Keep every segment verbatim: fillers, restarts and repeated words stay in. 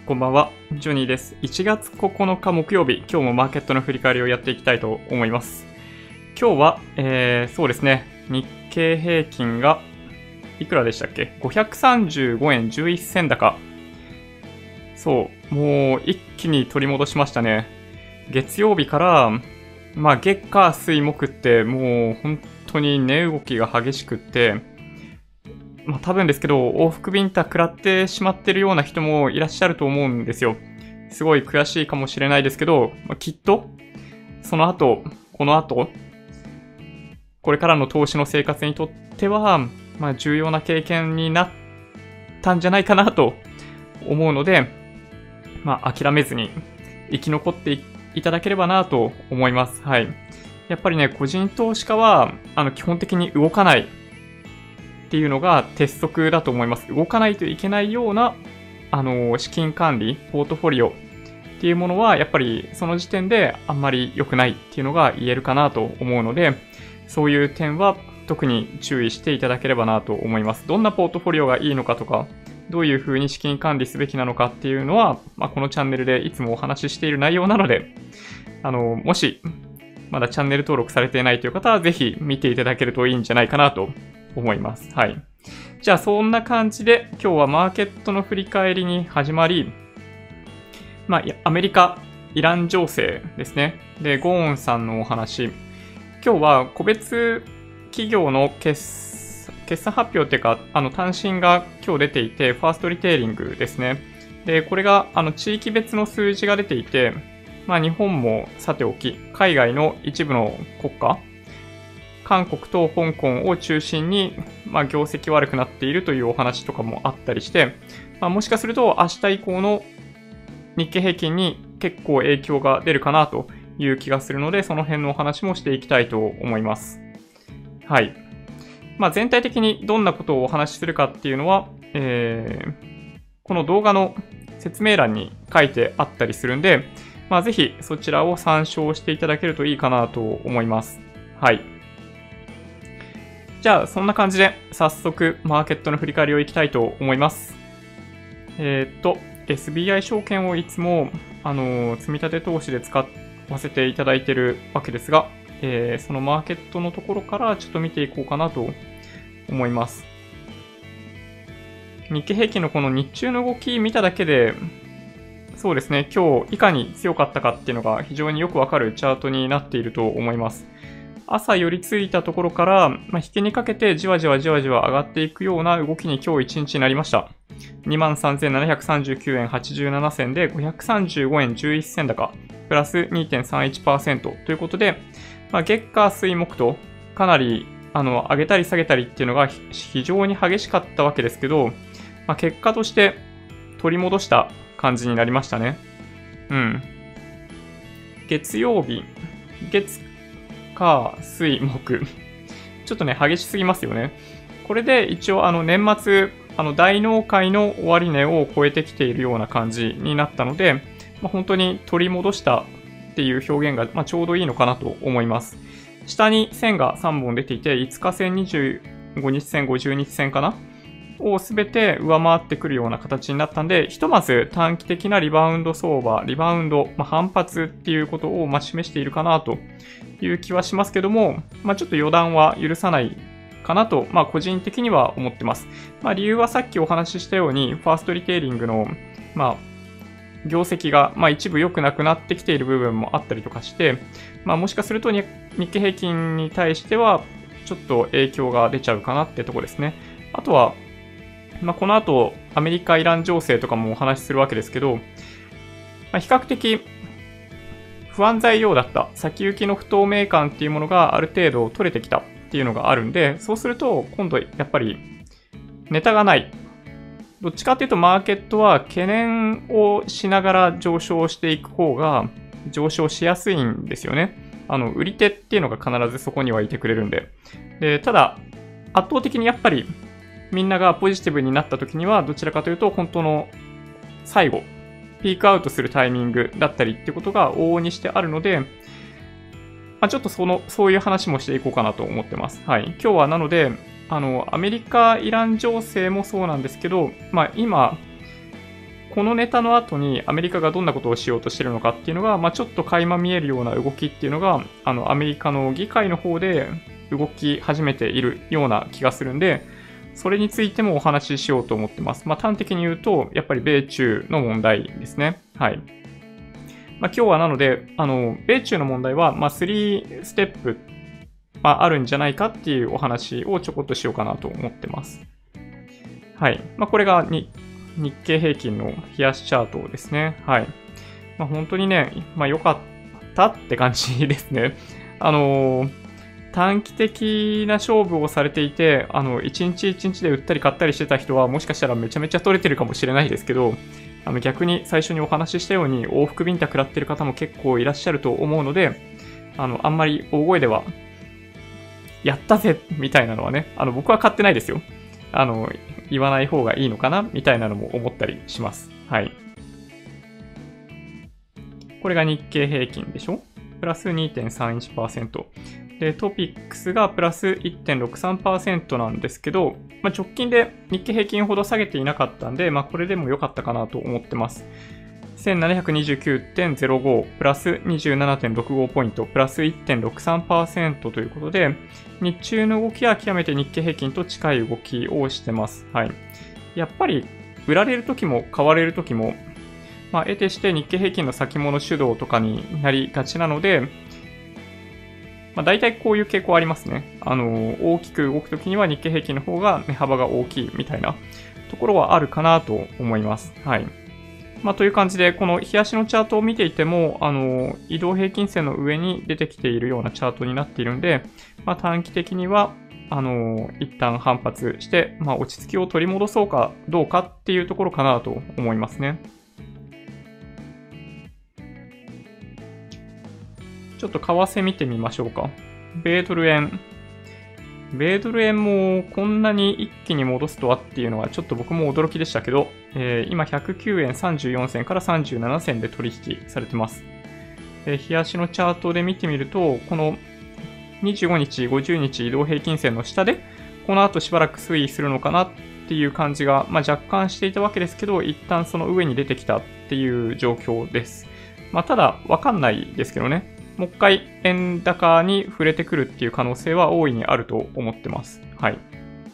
こんばんは、ジョニーです。いちがつここのか木曜日、今日もマーケットの振り返りをやっていきたいと思います。今日は、えー、そうですね、日経平均がいくらでしたっけ ?ごひゃくさんじゅうごえんじゅういっせん高。そう、もう一気に取り戻しましたね。月曜日から、まあ月火水木ってもう本当に値動きが激しくって、まあ多分ですけど、往復ビンタ食らってしまってるような人もいらっしゃると思うんですよ。すごい悔しいかもしれないですけど、まあ、きっと、その後、この後、これからの投資の生活にとっては、まあ重要な経験になったんじゃないかなと思うので、まあ諦めずに生き残っていただければなと思います。はい。やっぱりね、個人投資家は、あの、基本的に動かない。っていうのが鉄則だと思います。動かないといけないような、あの、資金管理、ポートフォリオっていうものは、やっぱりその時点であんまり良くないっていうのが言えるかなと思うので、そういう点は特に注意していただければなと思います。どんなポートフォリオがいいのかとか、どういうふうに資金管理すべきなのかっていうのは、まあ、このチャンネルでいつもお話ししている内容なので、あの、もし、まだチャンネル登録されていないという方は、ぜひ見ていただけるといいんじゃないかなと思います。はい。じゃあそんな感じで今日はマーケットの振り返りに始まり、まあアメリカ、イラン情勢ですね。で、ゴーンさんのお話。今日は個別企業の決決算発表っていうか、あの単身が今日出ていて、ファーストリテイリングですね。で、これがあの地域別の数字が出ていて、まあ日本もさておき、海外の一部の国家、韓国と香港を中心に、まあ、業績悪くなっているというお話とかもあったりして、まあ、もしかすると明日以降の日経平均に結構影響が出るかなという気がするので、その辺のお話もしていきたいと思います。はい。まあ、全体的にどんなことをお話しするかっていうのは、えー、この動画の説明欄に書いてあったりするんで、まあ、ぜひそちらを参照していただけるといいかなと思います。はい。じゃあ、そんな感じで、早速、マーケットの振り返りをいきたいと思います。えー、っと、エスビーアイ 証券をいつも、あのー、積み立て投資で使わせていただいているわけですが、えー、そのマーケットのところからちょっと見ていこうかなと思います。日経平均のこの日中の動き見ただけで、そうですね、今日いかに強かったかっていうのが非常によくわかるチャートになっていると思います。朝寄り付いたところから、まあ、引けにかけてじわじわじわじわ上がっていくような動きに今日一日になりました。にまんさんぜんななひゃくさんじゅうきゅうえんはちじゅうななせんでごひゃくさんじゅうごえんじゅういっせん高、プラス にてんさんいちパーセント ということで、まあ、月火水木とかなりあの上げたり下げたりっていうのが非常に激しかったわけですけど、まあ、結果として取り戻した感じになりましたね。うん。月曜日、月火水木ちょっとね激しすぎますよね。これで一応あの年末あの大納会の終値を超えてきているような感じになったので、まあ、本当に取り戻したっていう表現が、まあ、ちょうどいいのかなと思います。下に線がさんぼん出ていて、いつか線、にじゅうごにち線、ごじゅうにち線かなをすべて上回ってくるような形になったんで、ひとまず短期的なリバウンド相場、リバウンド、まあ、反発っていうことをまあ示しているかなという気はしますけども、まあ、ちょっと予断は許さないかなと、まあ、個人的には思ってます。まあ、理由はさっきお話ししたように、ファーストリテイリングの、まあ、業績が、まあ、一部良くなくなってきている部分もあったりとかして、まあ、もしかすると日経平均に対しては、ちょっと影響が出ちゃうかなってとこですね。あとは、まあ、この後、アメリカ・イラン情勢とかもお話しするわけですけど、まあ、比較的不安材料だった先行きの不透明感っていうものがある程度取れてきたっていうのがあるんで、そうすると今度やっぱりネタがない。どっちかっていうとマーケットは懸念をしながら上昇していく方が上昇しやすいんですよね。あの、売り手っていうのが必ずそこにはいてくれるんで。で、ただ圧倒的にやっぱりみんながポジティブになった時にはどちらかというと本当の最後、ピークアウトするタイミングだったりってことが往々にしてあるので、まあ、ちょっとその、そういう話もしていこうかなと思ってます。はい。今日はなので、あの、アメリカ、イラン情勢もそうなんですけど、まあ今、 このネタの後にアメリカがどんなことをしようとしてるのかっていうのが、まあ、ちょっと垣間見えるような動きっていうのが、あの、アメリカの議会の方で動き始めているような気がするんで、それについてもお話ししようと思ってます。まあ、端的に言うと、やっぱり米中の問題ですね。はい。まあ、今日はなので、あの、米中の問題は、まあ、スリーステップ、まあ、あるんじゃないかっていうお話をちょこっとしようかなと思ってます。はい。まあ、これがに日経平均の冷やしチャートですね。はい。まあ、本当にね、まあ、良かったって感じですね。あのー、短期的な勝負をされていて、あの、一日一日で売ったり買ったりしてた人は、もしかしたらめちゃめちゃ取れてるかもしれないですけど、あの、逆に最初にお話ししたように、往復ビンタ食らってる方も結構いらっしゃると思うので、あの、あんまり大声では、やったぜみたいなのはね、あの、僕は買ってないですよ。あの、言わない方がいいのかなみたいなのも思ったりします。はい。これが日経平均でしょ？プラス にてんさんいちパーセント。で、トピックスがプラス いってんろくさんパーセント なんですけど、まあ、直近で日経平均ほど下げていなかったんで、まあ、これでも良かったかなと思ってます。せんななひゃくにじゅうきゅうてんゼロご プラス にじゅうななてんろくご ポイント、プラス いってんろくさんパーセント ということで、日中の動きは極めて日経平均と近い動きをしてます。はい。やっぱり、売られるときも買われるときも、まあ、得てして日経平均の先物主導とかになりがちなので、まあ、大体こういう傾向ありますね。あの、大きく動くときには日経平均の方が値幅が大きいみたいなところはあるかなと思います。はい。まあ、という感じで、この日足のチャートを見ていても、あの、移動平均線の上に出てきているようなチャートになっているんで、まあ、短期的には、あの、一旦反発して、まあ、落ち着きを取り戻そうかどうかっていうところかなと思いますね。ちょっと為替見てみましょうか。米ドル円。米ドル円もこんなに一気に戻すとはっていうのはちょっと僕も驚きでしたけど、えー、今ひゃくきゅうえんさんじゅうよんせんからさんじゅうななせんで取引されてます。えー、日足のチャートで見てみると、このにじゅうごにち、ごじゅうにち移動平均線の下で、この後しばらく推移するのかなっていう感じが、まあ、若干していたわけですけど、一旦その上に出てきたっていう状況です。まあ、ただ、わかんないですけどね。もう一回円高に触れてくるっていう可能性は大いにあると思ってます。はい。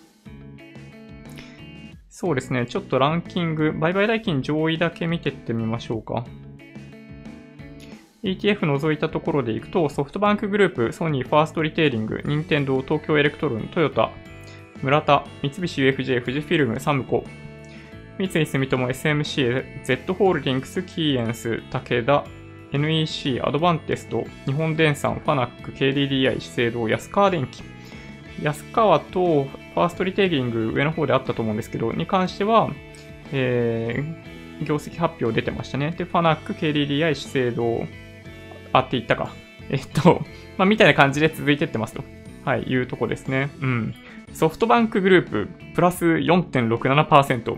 そうですね。ちょっとランキング、売買代金上位だけ見てってみましょうか。イーティーエフ 除いたところでいくと、ソフトバンクグループ、ソニー、ファーストリテイリング、任天堂、東京エレクトロン、トヨタ、村田、三菱 ユーエフジェー、富士フィルム、サムコ、三井住友、エスエムシー、Z ホールディングス、キーエンス、武田、エヌイーシー、アドバンテスト、日本電産、ファナック、ケーディーディーアイ、資生堂、安川電機。安川とファーストリテイリング上の方であったと思うんですけど、に関しては、えー、業績発表出てましたね。で、ファナック、ケーディーディーアイ、資生堂、あって言ったか。えっと、まあ、みたいな感じで続いてってますと。はい、いうとこですね。うん。ソフトバンクグループ、プラス よんてんろくななパーセント。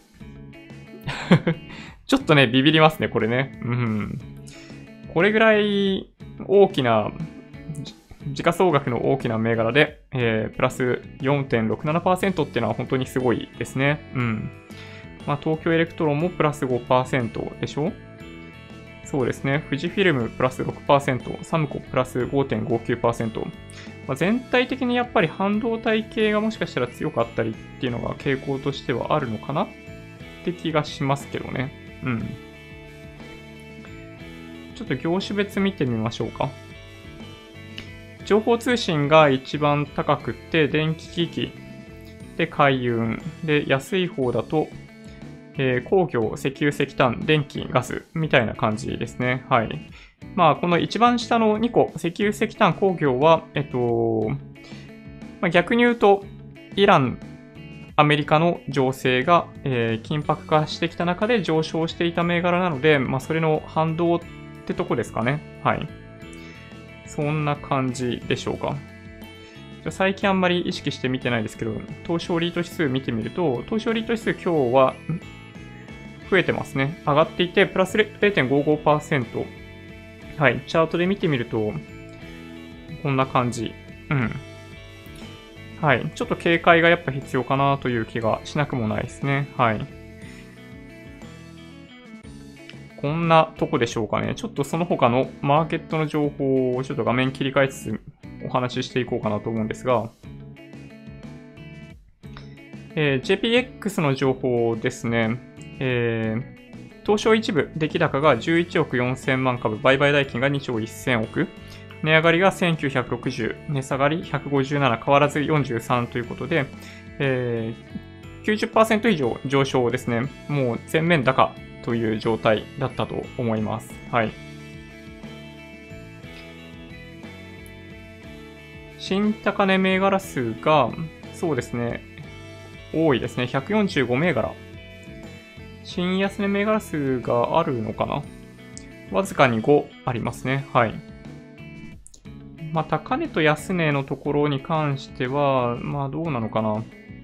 ちょっとね、ビビりますね、これね。うん。これぐらい大きな、時価総額の大きな銘柄で、えー、プラス よんてんろくななパーセント っていうのは本当にすごいですね。うん。まあ、東京エレクトロンもプラス ごパーセント でしょ？そうですね。富士フィルムプラス ろくパーセント、サムコプラス ごてんごきゅうパーセント。まあ、全体的にやっぱり半導体系がもしかしたら強かったりっていうのが傾向としてはあるのかなって気がしますけどね。うん。ちょっと業種別見てみましょうか。情報通信が一番高くって、電気機器で海運で安い方だと、えー、工業、石油、石炭、電気、ガスみたいな感じですね。はい。まあ、この一番下のにこ、石油、石炭、工業は、えっと、まあ、逆に言うと、イラン、アメリカの情勢が、えー、緊迫化してきた中で上昇していた銘柄なので、まあ、それの反動ってとこですかね。はい。そんな感じでしょうか。最近あんまり意識して見てないですけど、東証リート指数見てみると、東証リート指数今日は増えてますね。上がっていて、プラス れいてんごごパーセント。はい。チャートで見てみると、こんな感じ。うん。はい。ちょっと警戒がやっぱ必要かなという気がしなくもないですね。はい。 こんなとこでしょうかね。ちょっとその他のマーケットの情報をちょっと画面切り替えつつお話ししていこうかなと思うんですが、えー、ジェーピーエックス の情報ですね。えー、東証一部出来高がじゅういちおくよんせんまん株、売買代金がにちょうせんおく、値上がりがせんきゅうひゃくろくじゅう、値下がりひゃくごじゅうなな、変わらずよんじゅうさんということで、えー、きゅうじゅっパーセント 以上上昇ですね。もう全面高という状態だったと思います。はい。新高値銘柄数が、そうですね、多いですね。ひゃくよんじゅうご銘柄。新安値銘柄数があるのかな？わずかにごありますね。はい。まあ、高値と安値のところに関しては、まあ、どうなのかな。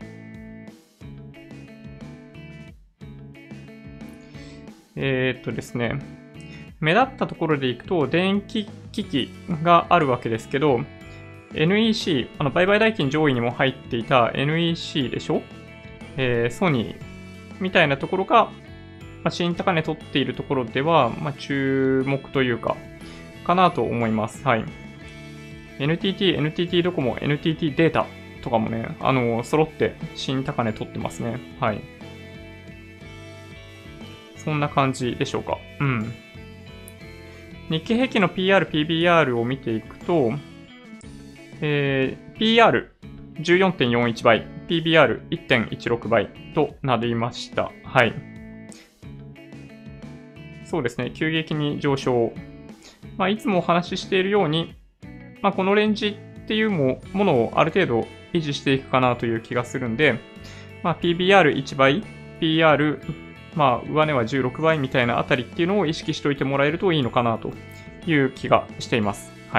えー、っとですね。目立ったところでいくと、電気機器があるわけですけど、エヌイーシー、あの、売買代金上位にも入っていた エヌイーシー でしょ？えー、ソニーみたいなところが、まあ、新高値取っているところでは、まあ、注目というか、かなと思います。はい。エヌティーティー、エヌティーティー ドコモ、エヌティーティー データとかもね、あの、揃って新高値取ってますね。はい。そんな感じでしょうか。うん。日経平均の ピーアール、ピービーアール を見ていくと、えー、ピーアールじゅうよんてんよんいち 倍、ピービーアールいってんいちろく 倍となりました。はい。そうですね、急激に上昇。まあ、いつもお話ししているように、まあ、このレンジっていうものをある程度維持していくかなという気がするんで、まあ、ピービーアールいち 倍、ピーアール、まあ、上値はじゅうろくばいみたいなあたりっていうのを意識しておいてもらえるといいのかなという気がしています。はい。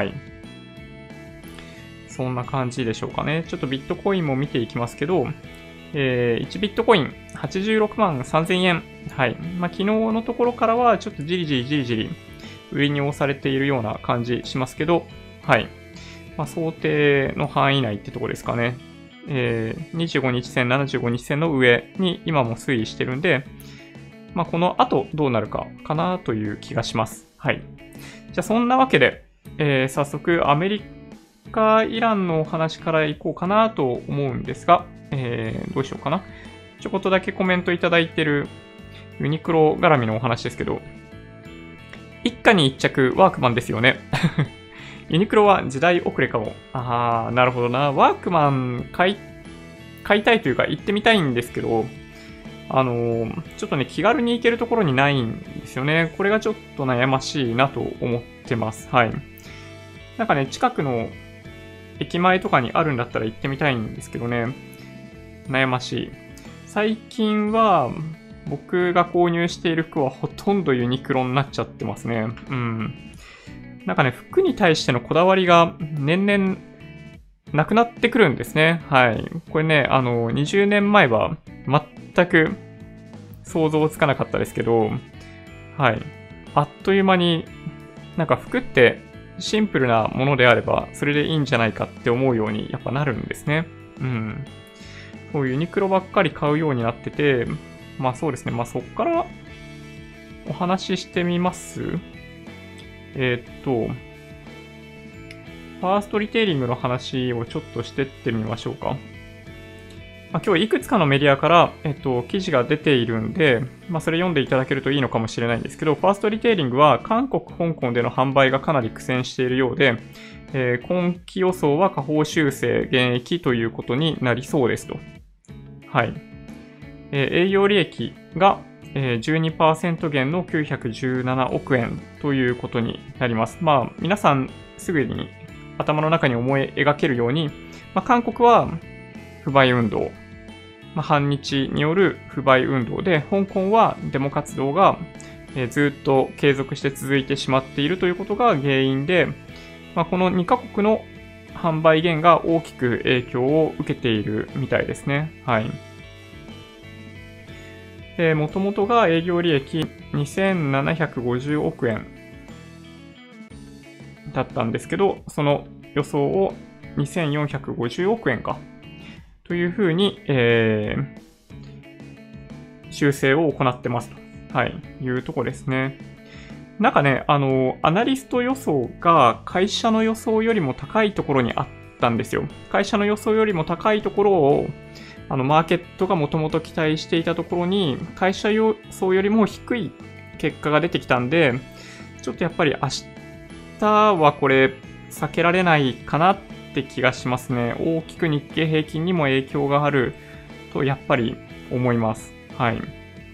そんな感じでしょうかね。ちょっとビットコインも見ていきますけど、えー、いちビットコインはちじゅうろくまんさんぜんえん。はい。まあ、昨日のところからはちょっとじりじりじりじり売りに押されているような感じしますけど、はい。まあ、想定の範囲内ってとこですかね。えー、にじゅうごにち線、ななじゅうごにち線の上に今も推移してるんで、まあ、この後どうなるかかなという気がします。はい。じゃあそんなわけで、えー、早速アメリカ、イランのお話からいこうかなと思うんですが、えー、どうしようかな。ちょこっとだけコメントいただいてるユニクロ絡みのお話ですけど、一家に一着ワークマンですよね。ユニクロは時代遅れかも。あー、なるほどな。ワークマン買い、買いたいというか行ってみたいんですけど、あのー、ちょっとね、気軽に行けるところにないんですよね。これがちょっと悩ましいなと思ってます。はい。なんかね、近くの駅前とかにあるんだったら行ってみたいんですけどね。悩ましい。最近は、僕が購入している服はほとんどユニクロになっちゃってますね。うん。なんかね、服に対してのこだわりが年々なくなってくるんですね。はい。これね、あの、にじゅうねんまえは全く想像つかなかったですけど、はい。あっという間に、なんか服ってシンプルなものであれば、それでいいんじゃないかって思うようにやっぱなるんですね。うん。そうユニクロばっかり買うようになってて、まあそうですね。まあそっからお話ししてみます。えー、っと、ファーストリテイリングの話をちょっとしてってみましょうか。まあ、今日いくつかのメディアから、えっと、記事が出ているんで、まあ、それ読んでいただけるといいのかもしれないんですけど、ファーストリテイリングは韓国、香港での販売がかなり苦戦しているようで、えー、今期予想は下方修正減益ということになりそうですと。はい。えー、営業利益が、えー、じゅうにパーセント 減のきゅうひゃくじゅうななおくえんということになります。まあ、皆さんすぐに頭の中に思い描けるように、まあ、韓国は不買運動、まあ、反日による不買運動で、香港はデモ活動が、えー、ずっと継続して続いてしまっているということが原因で、まあ、このにカ国の販売減が大きく影響を受けているみたいですね。はい。で、元々が営業利益にせんななひゃくごじゅうおくえんだったんですけど、その予想をにせんよんひゃくごじゅうおくえんか。というふうに、えー、修正を行ってますと。 はい、いうとこですね。なんかね、あの、アナリスト予想が会社の予想よりも高いところにあったんですよ。会社の予想よりも高いところを、あの、マーケットがもともと期待していたところに、会社予想よりも低い結果が出てきたんで、ちょっとやっぱり明日はこれ避けられないかなって気がしますね。大きく日経平均にも影響があるとやっぱり思います。はい。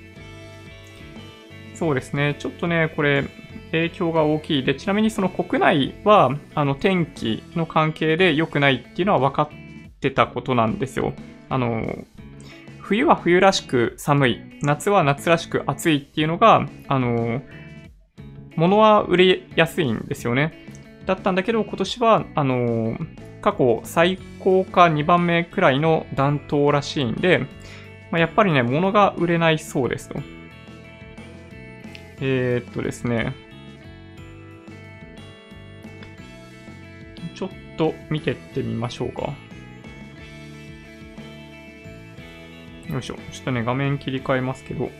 そうですね。ちょっとね、これ、影響が大きい。で、ちなみにその国内は、あの、天気の関係で良くないっていうのは分かってたことなんですよ。あの、冬は冬らしく寒い。夏は夏らしく暑いっていうのが、あの、物は売れやすいんですよね。だったんだけど、今年は、あの、過去最高かにばんめくらいの暖冬らしいんで、まあ、やっぱりね、物が売れないそうですと。えー、っとですね。ちょっと見てってみましょうか。よいしょ。ちょっとね、画面切り替えますけど。よ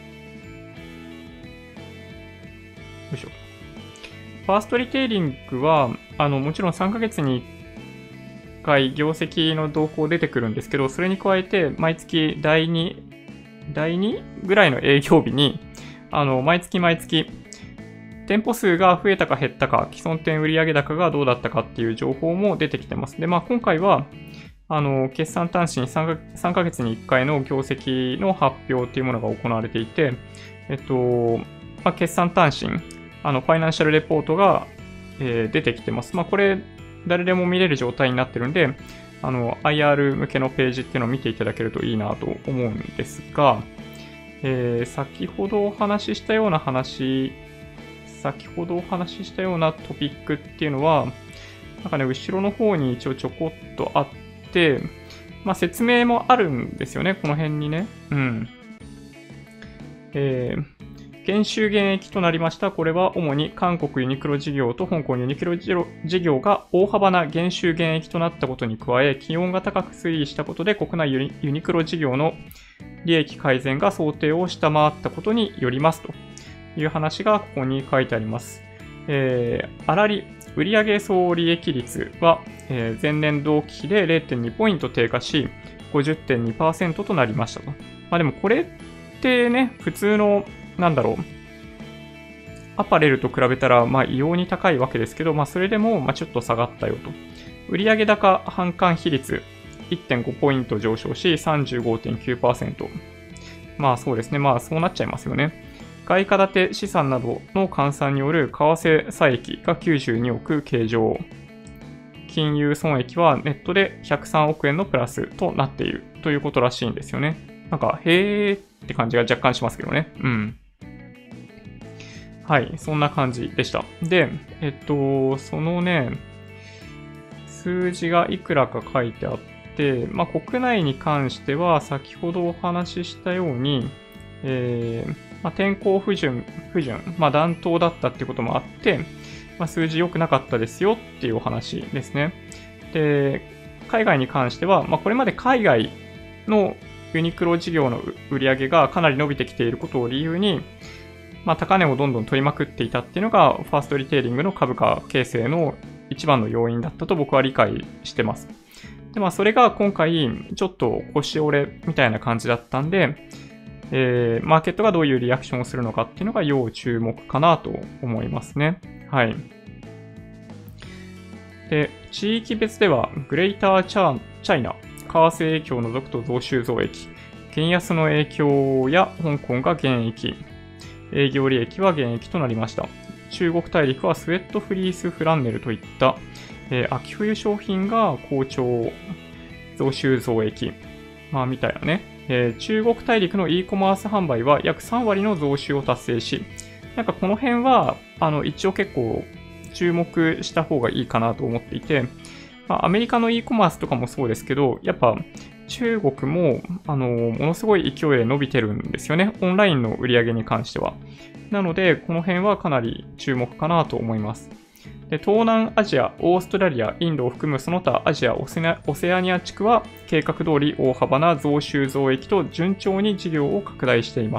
いしょ。ファーストリテイリングは、あの、もちろんさんかげつにいっかい業績の動向出てくるんですけど、それに加えて、毎月だいに、だいにぐらいの営業日に、あの、毎月毎月、店舗数が増えたか減ったか、既存店売上高がどうだったかっていう情報も出てきてます。で、まあ今回は、あの、決算短信さんかげつにいっかいの業績の発表っていうものが行われていて、えっと、まあ、決算短信、あの、ファイナンシャルレポートが、えー、出てきてます。まあこれ、誰でも見れる状態になってるんで、あの、アイアール 向けのページっていうのを見ていただけるといいなと思うんですが、えー、先ほどお話ししたような話、先ほどお話ししたようなトピックっていうのは、なんかね、後ろの方に一応ちょこっとあって、まあ説明もあるんですよね、この辺にね。うん。えー、減収減益となりました。これは主に韓国ユニクロ事業と香港ユニクロ事業が大幅な減収減益となったことに加え、気温が高く推移したことで国内ユニ、ユニクロ事業の利益改善が想定を下回ったことによりますという話がここに書いてあります。えー、粗利、売上総利益率は、えー、前年同期比で れいてんにポイント低下し、ごじゅってんにパーセント となりましたと。まあでもこれってね、普通の、なんだろう、アパレルと比べたら、まあ異様に高いわけですけど、まあそれでも、まあちょっと下がったよと。売上高販管比率、いってんごポイント上昇し さんじゅうごてんきゅうパーセント。まあそうですね。まあそうなっちゃいますよね。外貨建て資産などの換算による為替差益がきゅうじゅうにおく計上。金融損益はネットでひゃくさんおくえんのプラスとなっているということらしいんですよね。なんか、へーって感じが若干しますけどね。うん。はい。そんな感じでした。で、えっと、そのね、数字がいくらか書いてあって、まあ、国内に関しては先ほどお話ししたように、えーまあ、天候不順、不順、まあ、暖冬だったっていうこともあって、まあ、数字良くなかったですよっていうお話ですね。で、海外に関しては、まあ、これまで海外のユニクロ事業の売り上げがかなり伸びてきていることを理由に、まあ、高値をどんどん取りまくっていたっていうのが、ファーストリテイリングの株価形成の一番の要因だったと僕は理解してます。で、まあ、それが今回、ちょっと腰折れみたいな感じだったんで、えー、マーケットがどういうリアクションをするのかっていうのが要注目かなと思いますね。はい。で、地域別では、グレイターチャイナ、為替影響を除くと増収増益、減安の影響や香港が減益、営業利益は減益となりました。中国大陸はスウェットフリースフランネルといった、えー、秋冬商品が好調、増収増益、まあみたいなね。えー、中国大陸の e コマース販売は約さんわりの増収を達成し、なんかこの辺は、あの、一応結構注目した方がいいかなと思っていて、まあ、アメリカの e コマースとかもそうですけど、やっぱ中国も、あの、ものすごい勢いで伸びてるんですよね。オンラインの売り上げに関しては。なので、この辺はかなり注目かなと思います。で、東南アジア、オーストラリア、インドを含むその他アジア、オセア、オセアニア地区は計画通り大幅な増収増益と順調に事業を拡大しています。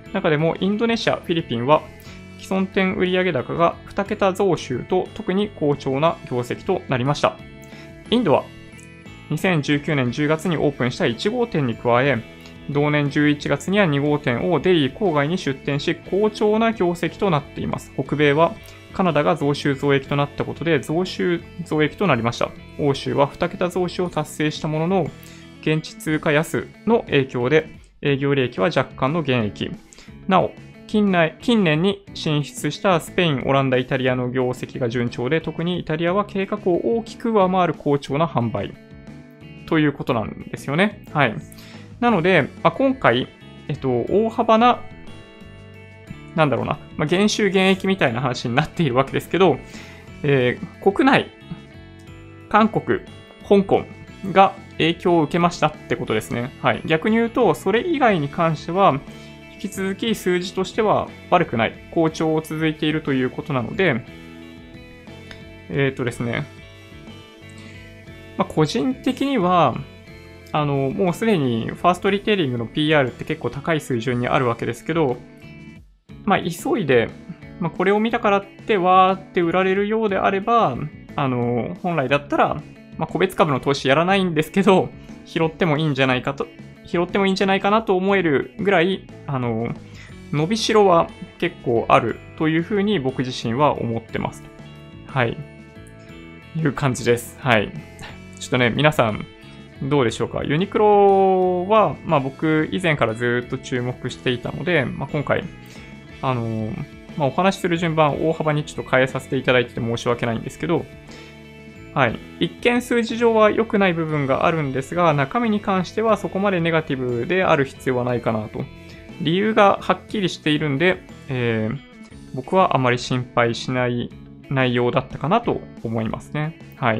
中でもインドネシア、フィリピンは既存店売上高がに桁増収と特に好調な業績となりました。インドはにせんじゅうきゅうねんじゅうがつにオープンしたいち号店に加え、同年じゅういちがつにはに号店をデリー郊外に出店し、好調な業績となっています。北米はカナダが増収増益となったことで増収増益となりました。欧州はに桁増収を達成したものの、現地通貨安の影響で営業利益は若干の減益。なお、近内近年に進出したスペイン、オランダ、イタリアの業績が順調で、特にイタリアは計画を大きく上回る好調な販売ということなんですよね。はい。なので、まあ、今回、えっと、大幅な、なんだろうな、まあ、減収減益みたいな話になっているわけですけど、えー、国内、韓国、香港が影響を受けましたってことですね。はい。逆に言うと、それ以外に関しては、引き続き数字としては悪くない、好調を続いているということなので、えっとですね、まあ、個人的には、あの、もうすでにファーストリテイリングの ピーアール って結構高い水準にあるわけですけど、まあ、急いで、まあ、これを見たからってわーって売られるようであれば、あの、本来だったら、まあ、個別株の投資やらないんですけど、拾ってもいいんじゃないかと、拾ってもいいんじゃないかなと思えるぐらい、あの、伸びしろは結構あるというふうに僕自身は思ってます。はい。いう感じです。はい。ちょっとね、皆さん、どうでしょうか。ユニクロは、まあ僕以前からずっと注目していたので、まあ今回、あの、まあお話しする順番大幅にちょっと変えさせていただいてて申し訳ないんですけど、はい。一見数字上は良くない部分があるんですが、中身に関してはそこまでネガティブである必要はないかなと。理由がはっきりしているんで、えー、僕はあまり心配しない内容だったかなと思いますね。はい。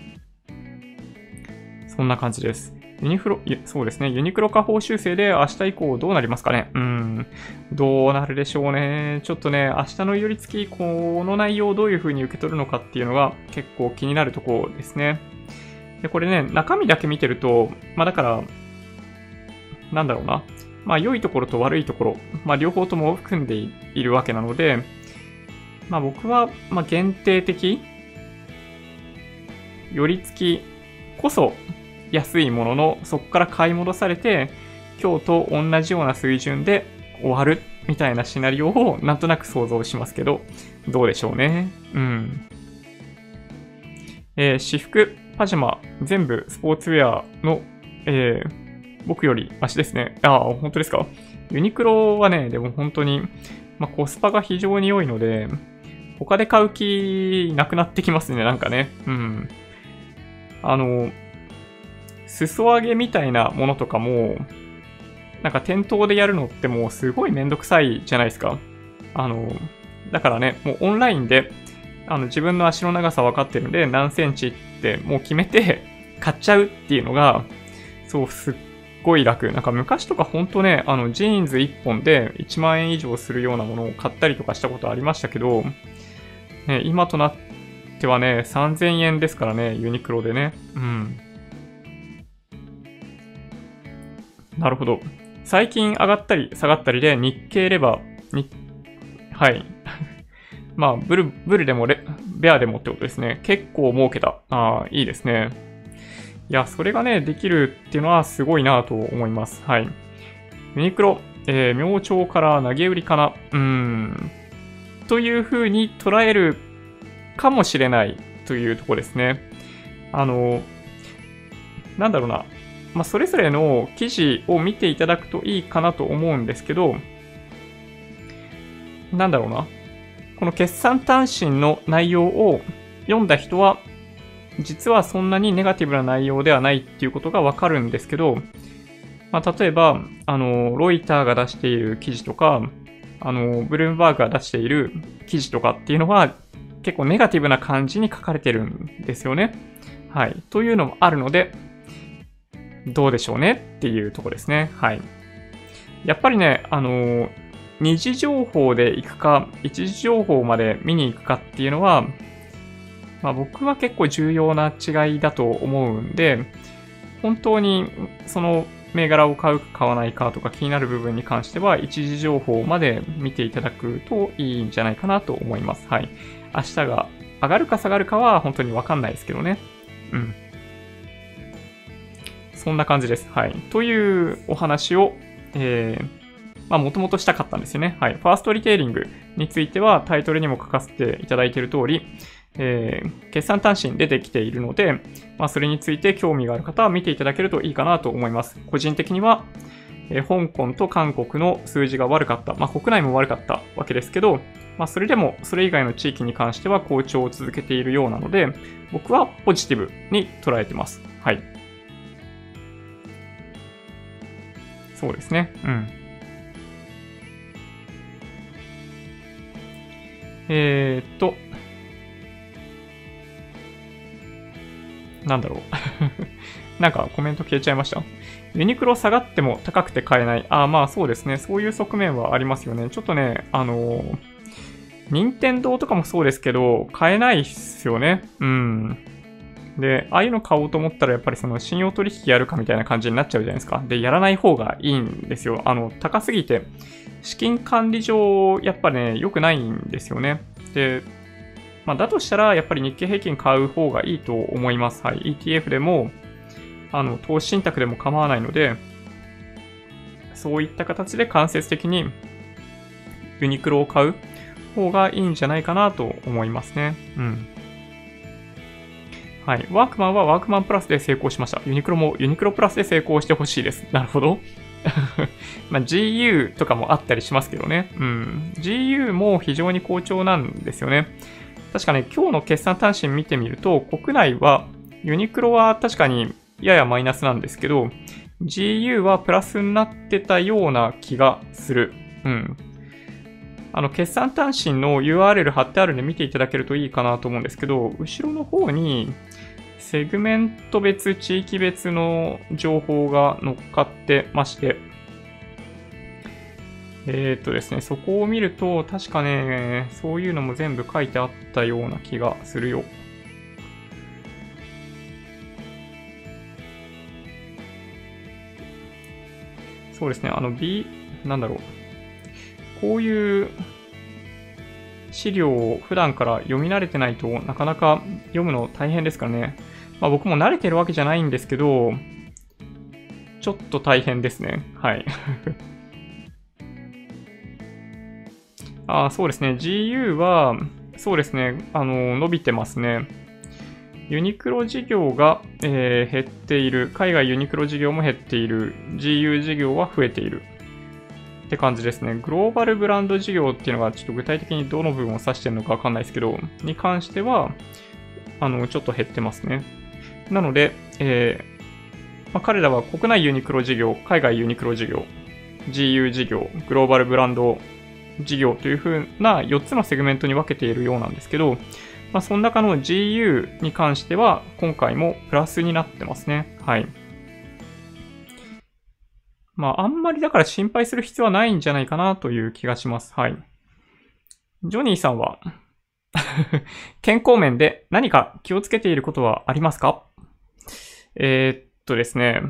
そんな感じです。ユニクロ、そうですね。ユニクロ下方修正で明日以降どうなりますかね。うーん。どうなるでしょうね。ちょっとね、明日の寄り付き、この内容をどういう風に受け取るのかっていうのが結構気になるところですね。で、これね、中身だけ見てると、まあだから、なんだろうな。まあ良いところと悪いところ、まあ両方とも含んでいるわけなので、まあ僕は、まあ限定的、寄り付きこそ、安いものの、そこから買い戻されて、今日と同じような水準で終わるみたいなシナリオをなんとなく想像しますけど、どうでしょうね。うん。えー、私服、パジャマ、全部スポーツウェアの、えー、僕よりマシですね。ああ、本当ですか。ユニクロはね、でも本当に、まあ、コスパが非常に良いので、他で買う気なくなってきますね、なんかね。うん。あの、裾上げみたいなものとかも、なんか店頭でやるのってもうすごいめんどくさいじゃないですか。あの、だからね、もうオンラインで、あの自分の足の長さ分かってるんで、何センチってもう決めて買っちゃうっていうのが、そう、すっごい楽。なんか昔とかほんとね、あのジーンズいっぽんでいちまんえん以上するようなものを買ったりとかしたことありましたけど、ね、今となってはね、さんぜんえんですからね、ユニクロでね。うん。なるほど。最近上がったり下がったりで日経レバー、に、はい。まあ、ブル、ブルでもレ、ベアでもってことですね。結構儲けた。ああ、いいですね。いや、それがね、できるっていうのはすごいなと思います。はい。ユニクロ、えー、明朝から投げ売りかな。うーん。という風に捉えるかもしれないというところですね。あの、なんだろうな。まあ、それぞれの記事を見ていただくといいかなと思うんですけど、なんだろうな。この決算短信の内容を読んだ人は、実はそんなにネガティブな内容ではないっていうことがわかるんですけど、まあ、例えば、あの、ロイターが出している記事とか、あの、ブルームバーグが出している記事とかっていうのは、結構ネガティブな感じに書かれてるんですよね。はい。というのもあるので、どうでしょうねっていうところですね。はい。やっぱりね、あの、二次情報で行くか、一次情報まで見に行くかっていうのは、まあ僕は結構重要な違いだと思うんで、本当にその銘柄を買うか買わないかとか気になる部分に関しては、一時情報まで見ていただくといいんじゃないかなと思います。はい。明日が上がるか下がるかは本当にわかんないですけどね。うん。そんな感じです。はい。というお話を、えー、まあ、もともとしたかったんですよね。はい。ファーストリテイリングについてはタイトルにも書かせていただいている通り、えー、決算単身出てきているので、まあ、それについて興味がある方は見ていただけるといいかなと思います。個人的には、えー、香港と韓国の数字が悪かった。まあ、国内も悪かったわけですけど、まあ、それでもそれ以外の地域に関しては好調を続けているようなので、僕はポジティブに捉えてます。はい。そうですね。うん。えー、っと、なんだろう。なんかコメント消えちゃいました。ユニクロ下がっても高くて買えない。ああ、まあそうですね。そういう側面はありますよね。ちょっとね、あのー、任天堂とかもそうですけど、買えないっすよね。うん。で、ああいうの買おうと思ったら、やっぱりその信用取引やるかみたいな感じになっちゃうじゃないですか。で、やらない方がいいんですよ。あの、高すぎて、資金管理上、やっぱね、良くないんですよね。で、まあ、だとしたら、やっぱり日経平均買う方がいいと思います。はい。イーティーエフ でも、あの、投資信託でも構わないので、そういった形で間接的にユニクロを買う方がいいんじゃないかなと思いますね。うん。はい。ワークマンはワークマンプラスで成功しました。ユニクロもユニクロプラスで成功してほしいです。なるほど。まあ ジーユー とかもあったりしますけどね。うん。ジーユー も非常に好調なんですよね。確かね、今日の決算単身見てみると、国内は、ユニクロは確かにややマイナスなんですけど、ジーユー はプラスになってたような気がする。うん。あの、決算単身の ユーアールエル 貼ってあるんで見ていただけるといいかなと思うんですけど、後ろの方に、セグメント別、地域別の情報が載っかってまして、えーっとですね、そこを見ると、確かね、そういうのも全部書いてあったような気がするよ。そうですね、あの B、なんだろう。こういう資料を普段から読み慣れてないとなかなか読むの大変ですからね。まあ僕も慣れてるわけじゃないんですけど、ちょっと大変ですね。はい。あ、そうですね。ジーユー は、そうですね。あの、伸びてますね。ユニクロ事業が、えー、減っている。海外ユニクロ事業も減っている。ジーユー 事業は増えている。って感じですね。グローバルブランド事業っていうのがちょっと具体的にどの部分を指してるのかわかんないですけど、に関しては、あの、ちょっと減ってますね。なので、えーまあ、彼らは国内ユニクロ事業、海外ユニクロ事業、ジーユー 事業、グローバルブランド事業という風なよっつのセグメントに分けているようなんですけど、まあ、その中の ジーユー に関しては今回もプラスになってますね。はい。まあ、あんまりだから心配する必要はないんじゃないかなという気がします。はい。ジョニーさんは健康面で何か気をつけていることはありますか？えー、っとですね。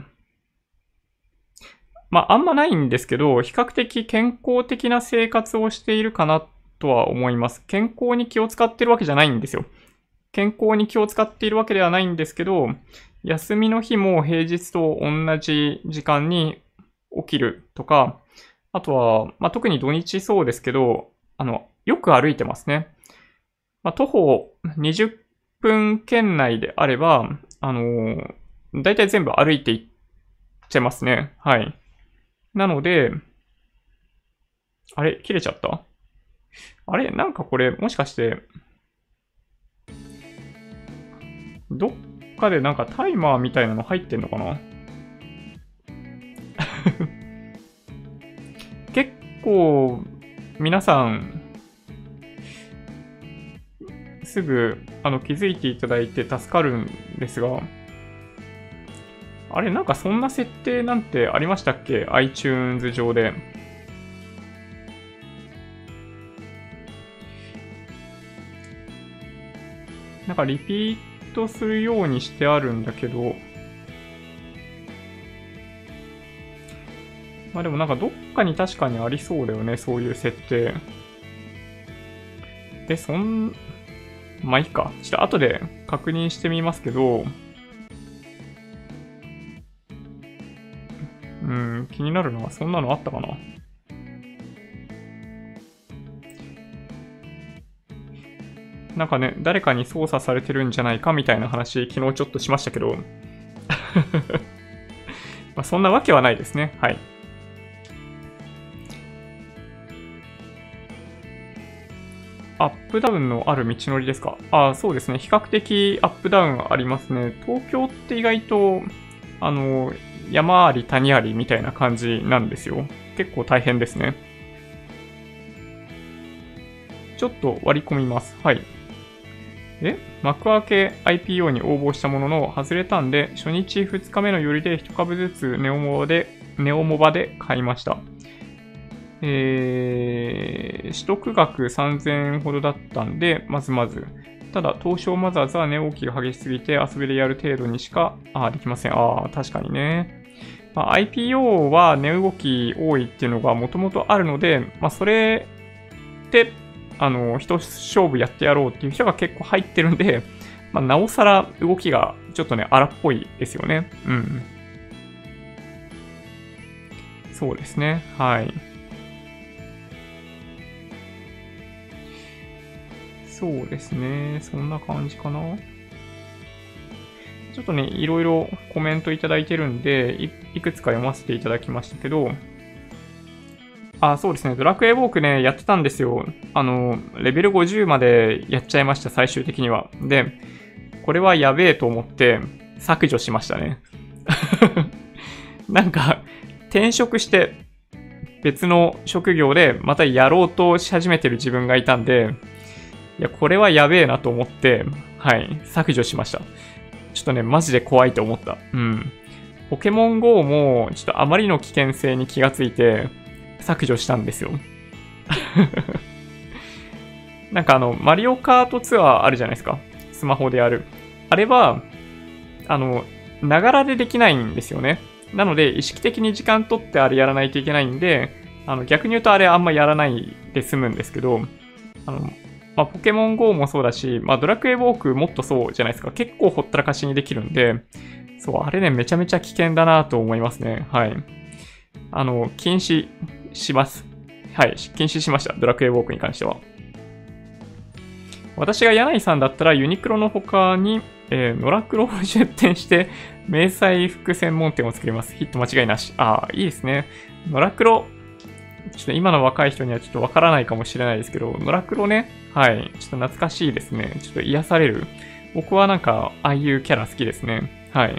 まあ、あんまないんですけど、比較的健康的な生活をしているかなとは思います。健康に気を使ってるわけじゃないんですよ。健康に気を使っているわけではないんですけど、休みの日も平日と同じ時間に起きるとか、あとは、まあ、特に土日そうですけど、あの、よく歩いてますね。まあ、徒歩にじゅっぷん圏内であれば、あのー、だいたい全部歩いていっちゃいますね。はい。なので、あれ、切れちゃった？あれ、なんかこれ、もしかして、どっかでなんかタイマーみたいなの入ってんのかな？結構、皆さん、すぐ、あの、気づいていただいて助かるんですが、あれ、なんかそんな設定なんてありましたっけ？ iTunes 上で。なんかリピートするようにしてあるんだけど、 まあでもなんかどっかに確かにありそうだよね、そういう設定。で、そん、まあいいか。ちょっと後で確認してみますけど、うん、気になるのはそんなのあったかな。なんかね、誰かに操作されてるんじゃないかみたいな話、昨日ちょっとしましたけど、まあそんなわけはないですね。はい。アップダウンのある道のりですか？ああ、そうですね。比較的アップダウンありますね。東京って意外と、あの、山あり谷ありみたいな感じなんですよ。結構大変ですね。ちょっと割り込みます。はい。え幕開け アイピーオー に応募したものの外れたんで、初日ふつかめのよりでいち株ずつネオモバで、ネオモバで買いました。えー、取得額さんぜんえんほどだったんで、まずまず。ただ、東証マザーズは値動きが激しすぎて遊びでやる程度にしかあできません。ああ、確かにね。まあ、アイピーオー は値動き多いっていうのがもともとあるので、まあ、それで、あの、一勝負やってやろうっていう人が結構入ってるんで、まあ、なおさら動きがちょっとね、荒っぽいですよね。うん。そうですね。はい。そうですね。そんな感じかな。ちょっとね、いろいろコメントいただいてるんでい、いくつか読ませていただきましたけど、あ、そうですね。ドラクエウォークね、やってたんですよ。あの、レベルごじゅうまでやっちゃいました、最終的には。で、これはやべえと思って削除しましたね。なんか、転職して別の職業でまたやろうとし始めてる自分がいたんで、いや、これはやべえなと思って、はい、削除しました。ちょっとね、マジで怖いと思った。うん。ポケモン ゴー も、ちょっとあまりの危険性に気がついて、削除したんですよ。なんかあの、マリオカートツアーあるじゃないですか。スマホでやる。あれは、あの、ながらでできないんですよね。なので、意識的に時間取ってあれやらないといけないんで、あの逆に言うとあれあんまやらないで済むんですけど、あの、まあ、ポケモン ゴー もそうだし、まあ、ドラクエウォークもっとそうじゃないですか。結構ほったらかしにできるんで、そう、あれね、めちゃめちゃ危険だなと思いますね。はい。あの、禁止します。はい、禁止しました。ドラクエウォークに関しては。私が柳井さんだったらユニクロの他に、えー、ノラクロを出店して迷彩服専門店を作ります。ヒット間違いなし。ああ、いいですね。ノラクロ、ちょっと今の若い人にはちょっとわからないかもしれないですけど、ノラクロね、はい、ちょっと懐かしいですね。ちょっと癒される。僕はなんか、ああいうキャラ好きですね。はい。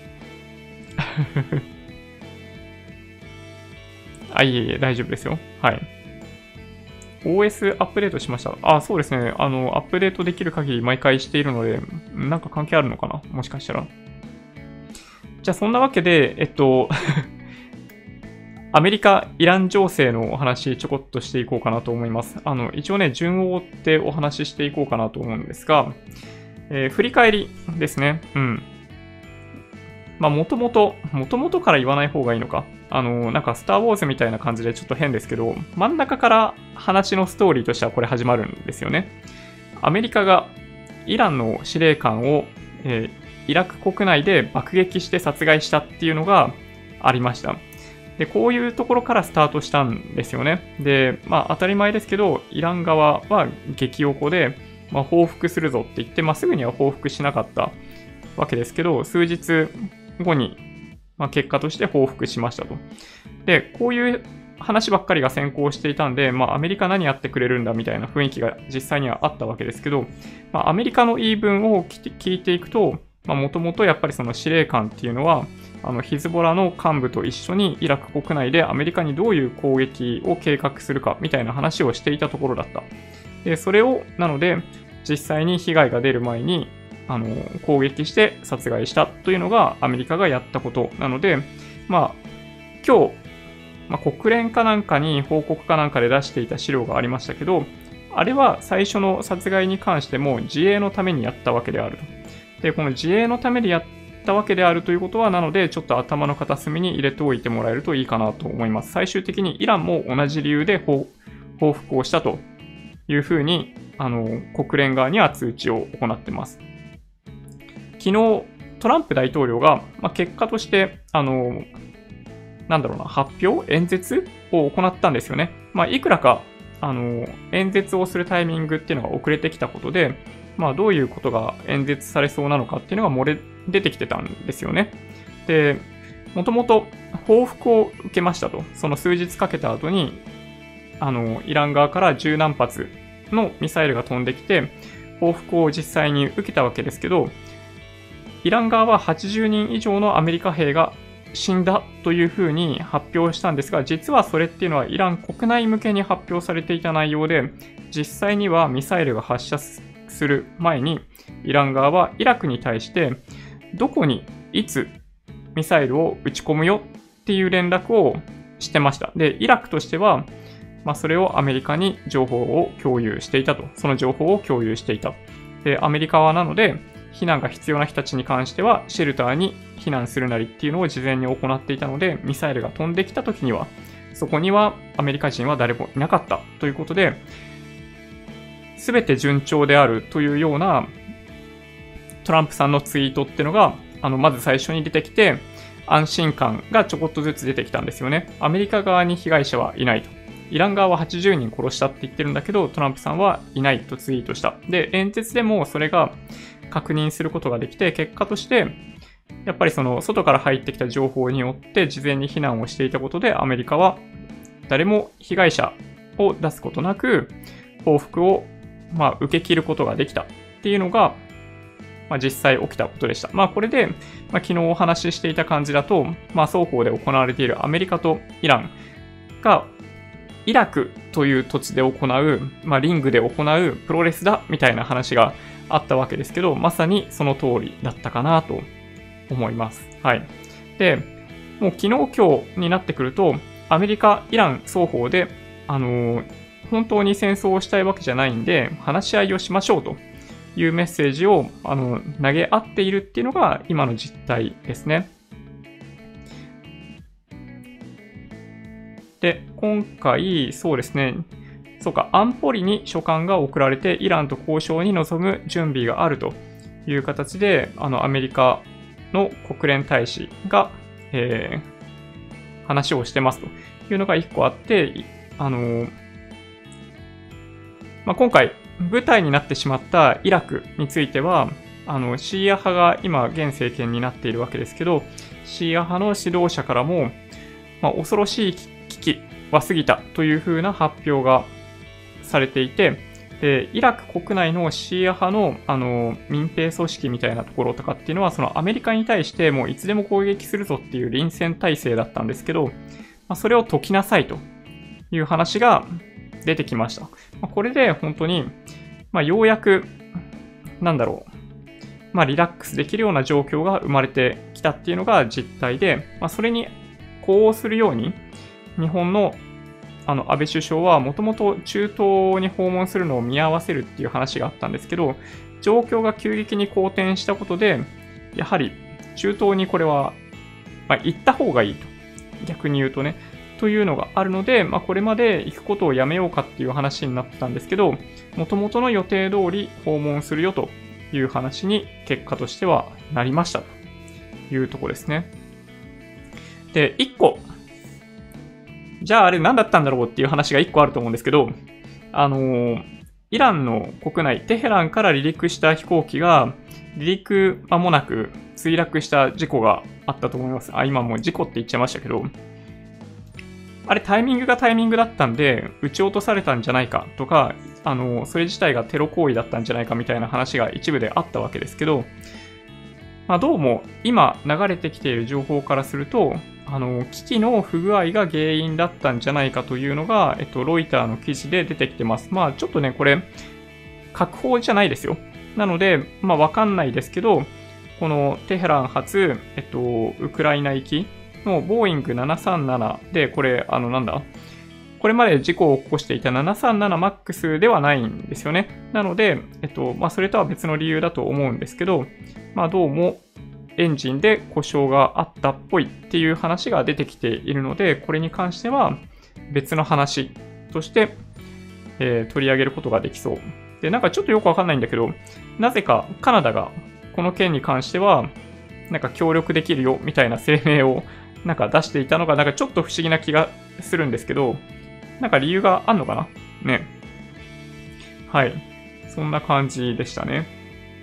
あ、いえいえ、大丈夫ですよ。はい。オーエス アップデートしました。あ、そうですね。あの、アップデートできる限り毎回しているので、なんか関係あるのかな？もしかしたら。じゃあ、そんなわけで、えっと、アメリカ・イラン情勢のお話ちょこっとしていこうかなと思います。あの、一応ね、順を追ってお話ししていこうかなと思うんですが、えー、振り返りですね。うん。まあ、もともと、もともとから言わない方がいいのか。あの、なんか、スター・ウォーズみたいな感じでちょっと変ですけど、真ん中から話のストーリーとしてはこれ始まるんですよね。アメリカがイランの司令官を、えー、イラク国内で爆撃して殺害したっていうのがありました。で、こういうところからスタートしたんですよね。で、まあ、当たり前ですけど、イラン側は激おこで、まあ、報復するぞって言って、まあ、すぐには報復しなかったわけですけど、数日後に、まあ、結果として報復しましたと。で、こういう話ばっかりが先行していたんで、まあ、アメリカ何やってくれるんだみたいな雰囲気が実際にはあったわけですけど、まあ、アメリカの言い分を聞いていくと、もともとやっぱりその司令官っていうのは、あのヒズボラの幹部と一緒にイラク国内でアメリカにどういう攻撃を計画するかみたいな話をしていたところだった。で、それを、なので、実際に被害が出る前に、あの、攻撃して殺害したというのがアメリカがやったことなので、まあ、今日、まあ、国連かなんかに報告かなんかで出していた資料がありましたけど、あれは最初の殺害に関しても自衛のためにやったわけであると。で、この自衛のためにやっったわけであるということは、なので、ちょっと頭の片隅に入れておいてもらえるといいかなと思います。最終的にイランも同じ理由で報復をしたというふうに、あの、国連側には通知を行っています。昨日、トランプ大統領が、まあ、結果として、あの、なんだろうな、発表演説を行ったんですよね。まあ、いくらか、あの、演説をするタイミングっていうのが遅れてきたことで、まあ、どういうことが演説されそうなのかっていうのが漏れ出てきてたんですよね。で、もともと報復を受けましたと。その数日かけた後に、あの、イラン側から十何発のミサイルが飛んできて、報復を実際に受けたわけですけど、イラン側ははちじゅうにん以上のアメリカ兵が死んだというふうに発表したんですが、実はそれっていうのはイラン国内向けに発表されていた内容で、実際にはミサイルが発射する前に、イラン側はイラクに対して、どこにいつミサイルを撃ち込むよっていう連絡をしてました。で、イラクとしては、まあ、それをアメリカに情報を共有していたと。その情報を共有していた。で、アメリカはなので、避難が必要な人たちに関しては、シェルターに避難するなりっていうのを事前に行っていたので、ミサイルが飛んできた時には、そこにはアメリカ人は誰もいなかったということで、すべて順調であるというようなトランプさんのツイートっていうのが、あの、まず最初に出てきて、安心感がちょこっとずつ出てきたんですよね。アメリカ側に被害者はいないと。イラン側ははちじゅうにん殺したって言ってるんだけど、トランプさんはいないとツイートした。で、演説でもそれが確認することができて、結果として、やっぱりその外から入ってきた情報によって事前に避難をしていたことで、アメリカは誰も被害者を出すことなく、報復をまあ受け切ることができたっていうのが、まあ、実際起きたことでした。まあこれで、まあ、昨日お話ししていた感じだと、まあ双方で行われているアメリカとイランがイラクという土地で行う、まあリングで行うプロレスだみたいな話があったわけですけど、まさにその通りだったかなと思います。はい。で、もう昨日今日になってくると、アメリカ、イラン双方で、あのー、本当に戦争をしたいわけじゃないんで、話し合いをしましょうというメッセージをあの投げ合っているっていうのが今の実態ですね。で、今回、そうですね、そうか、安保理に書簡が送られて、イランと交渉に臨む準備があるという形で、あのアメリカの国連大使が、えー、話をしてますというのが一個あって、あの、まあ、今回、舞台になってしまったイラクについては、あのシーア派が今現政権になっているわけですけど、シーア派の指導者からも、まあ、恐ろしい危機は過ぎたというふうな発表がされていて、でイラク国内のシーア派の、あの民兵組織みたいなところとかっていうのは、そのアメリカに対してもういつでも攻撃するぞっていう臨戦態勢だったんですけど、まあ、それを解きなさいという話が出てきました。まあ、これで本当に、まあ、ようやく、なんだろう、まあ、リラックスできるような状況が生まれてきたっていうのが実態で、まあ、それに呼応するように、日本のあの安倍首相はもともと中東に訪問するのを見合わせるっていう話があったんですけど、状況が急激に好転したことで、やはり中東にこれは、まあ、行った方がいいと、逆に言うとね、というのがあるので、まあ、これまで行くことをやめようかっていう話になってたんですけど、もともとの予定通り訪問するよという話に結果としてはなりましたというところですね。で、いっこ、じゃああれ何だったんだろうっていう話がいっこあると思うんですけど、あのー、イランの国内、テヘランから離陸した飛行機が、離陸間もなく墜落した事故があったと思います。あ、今もう事故って言っちゃいましたけど、あれタイミングがタイミングだったんで、撃ち落とされたんじゃないかとか、あの、それ自体がテロ行為だったんじゃないかみたいな話が一部であったわけですけど、まあ、どうも今流れてきている情報からすると、あの、機器の不具合が原因だったんじゃないかというのが、えっと、ロイターの記事で出てきてます。まあ、ちょっとね、これ、確報じゃないですよ。なので、まあ、わかんないですけど、このテヘラン発、えっと、ウクライナ行きのボーイングななさんななで、これ、あの、なんだこれまで事故を起こしていた ななさんななマックス ではないんですよね。なので、えっと、まあ、それとは別の理由だと思うんですけど、まあ、どうも、 エンジンで故障があったっぽいっていう話が出てきているので、これに関しては別の話として、えー、取り上げることができそう。で、なんかちょっとよくわかんないんだけど、なぜかカナダがこの件に関しては、なんか協力できるよみたいな声明をなんか出していたのが、なんかちょっと不思議な気がするんですけど、なんか理由があんのかなね。はい。そんな感じでしたね。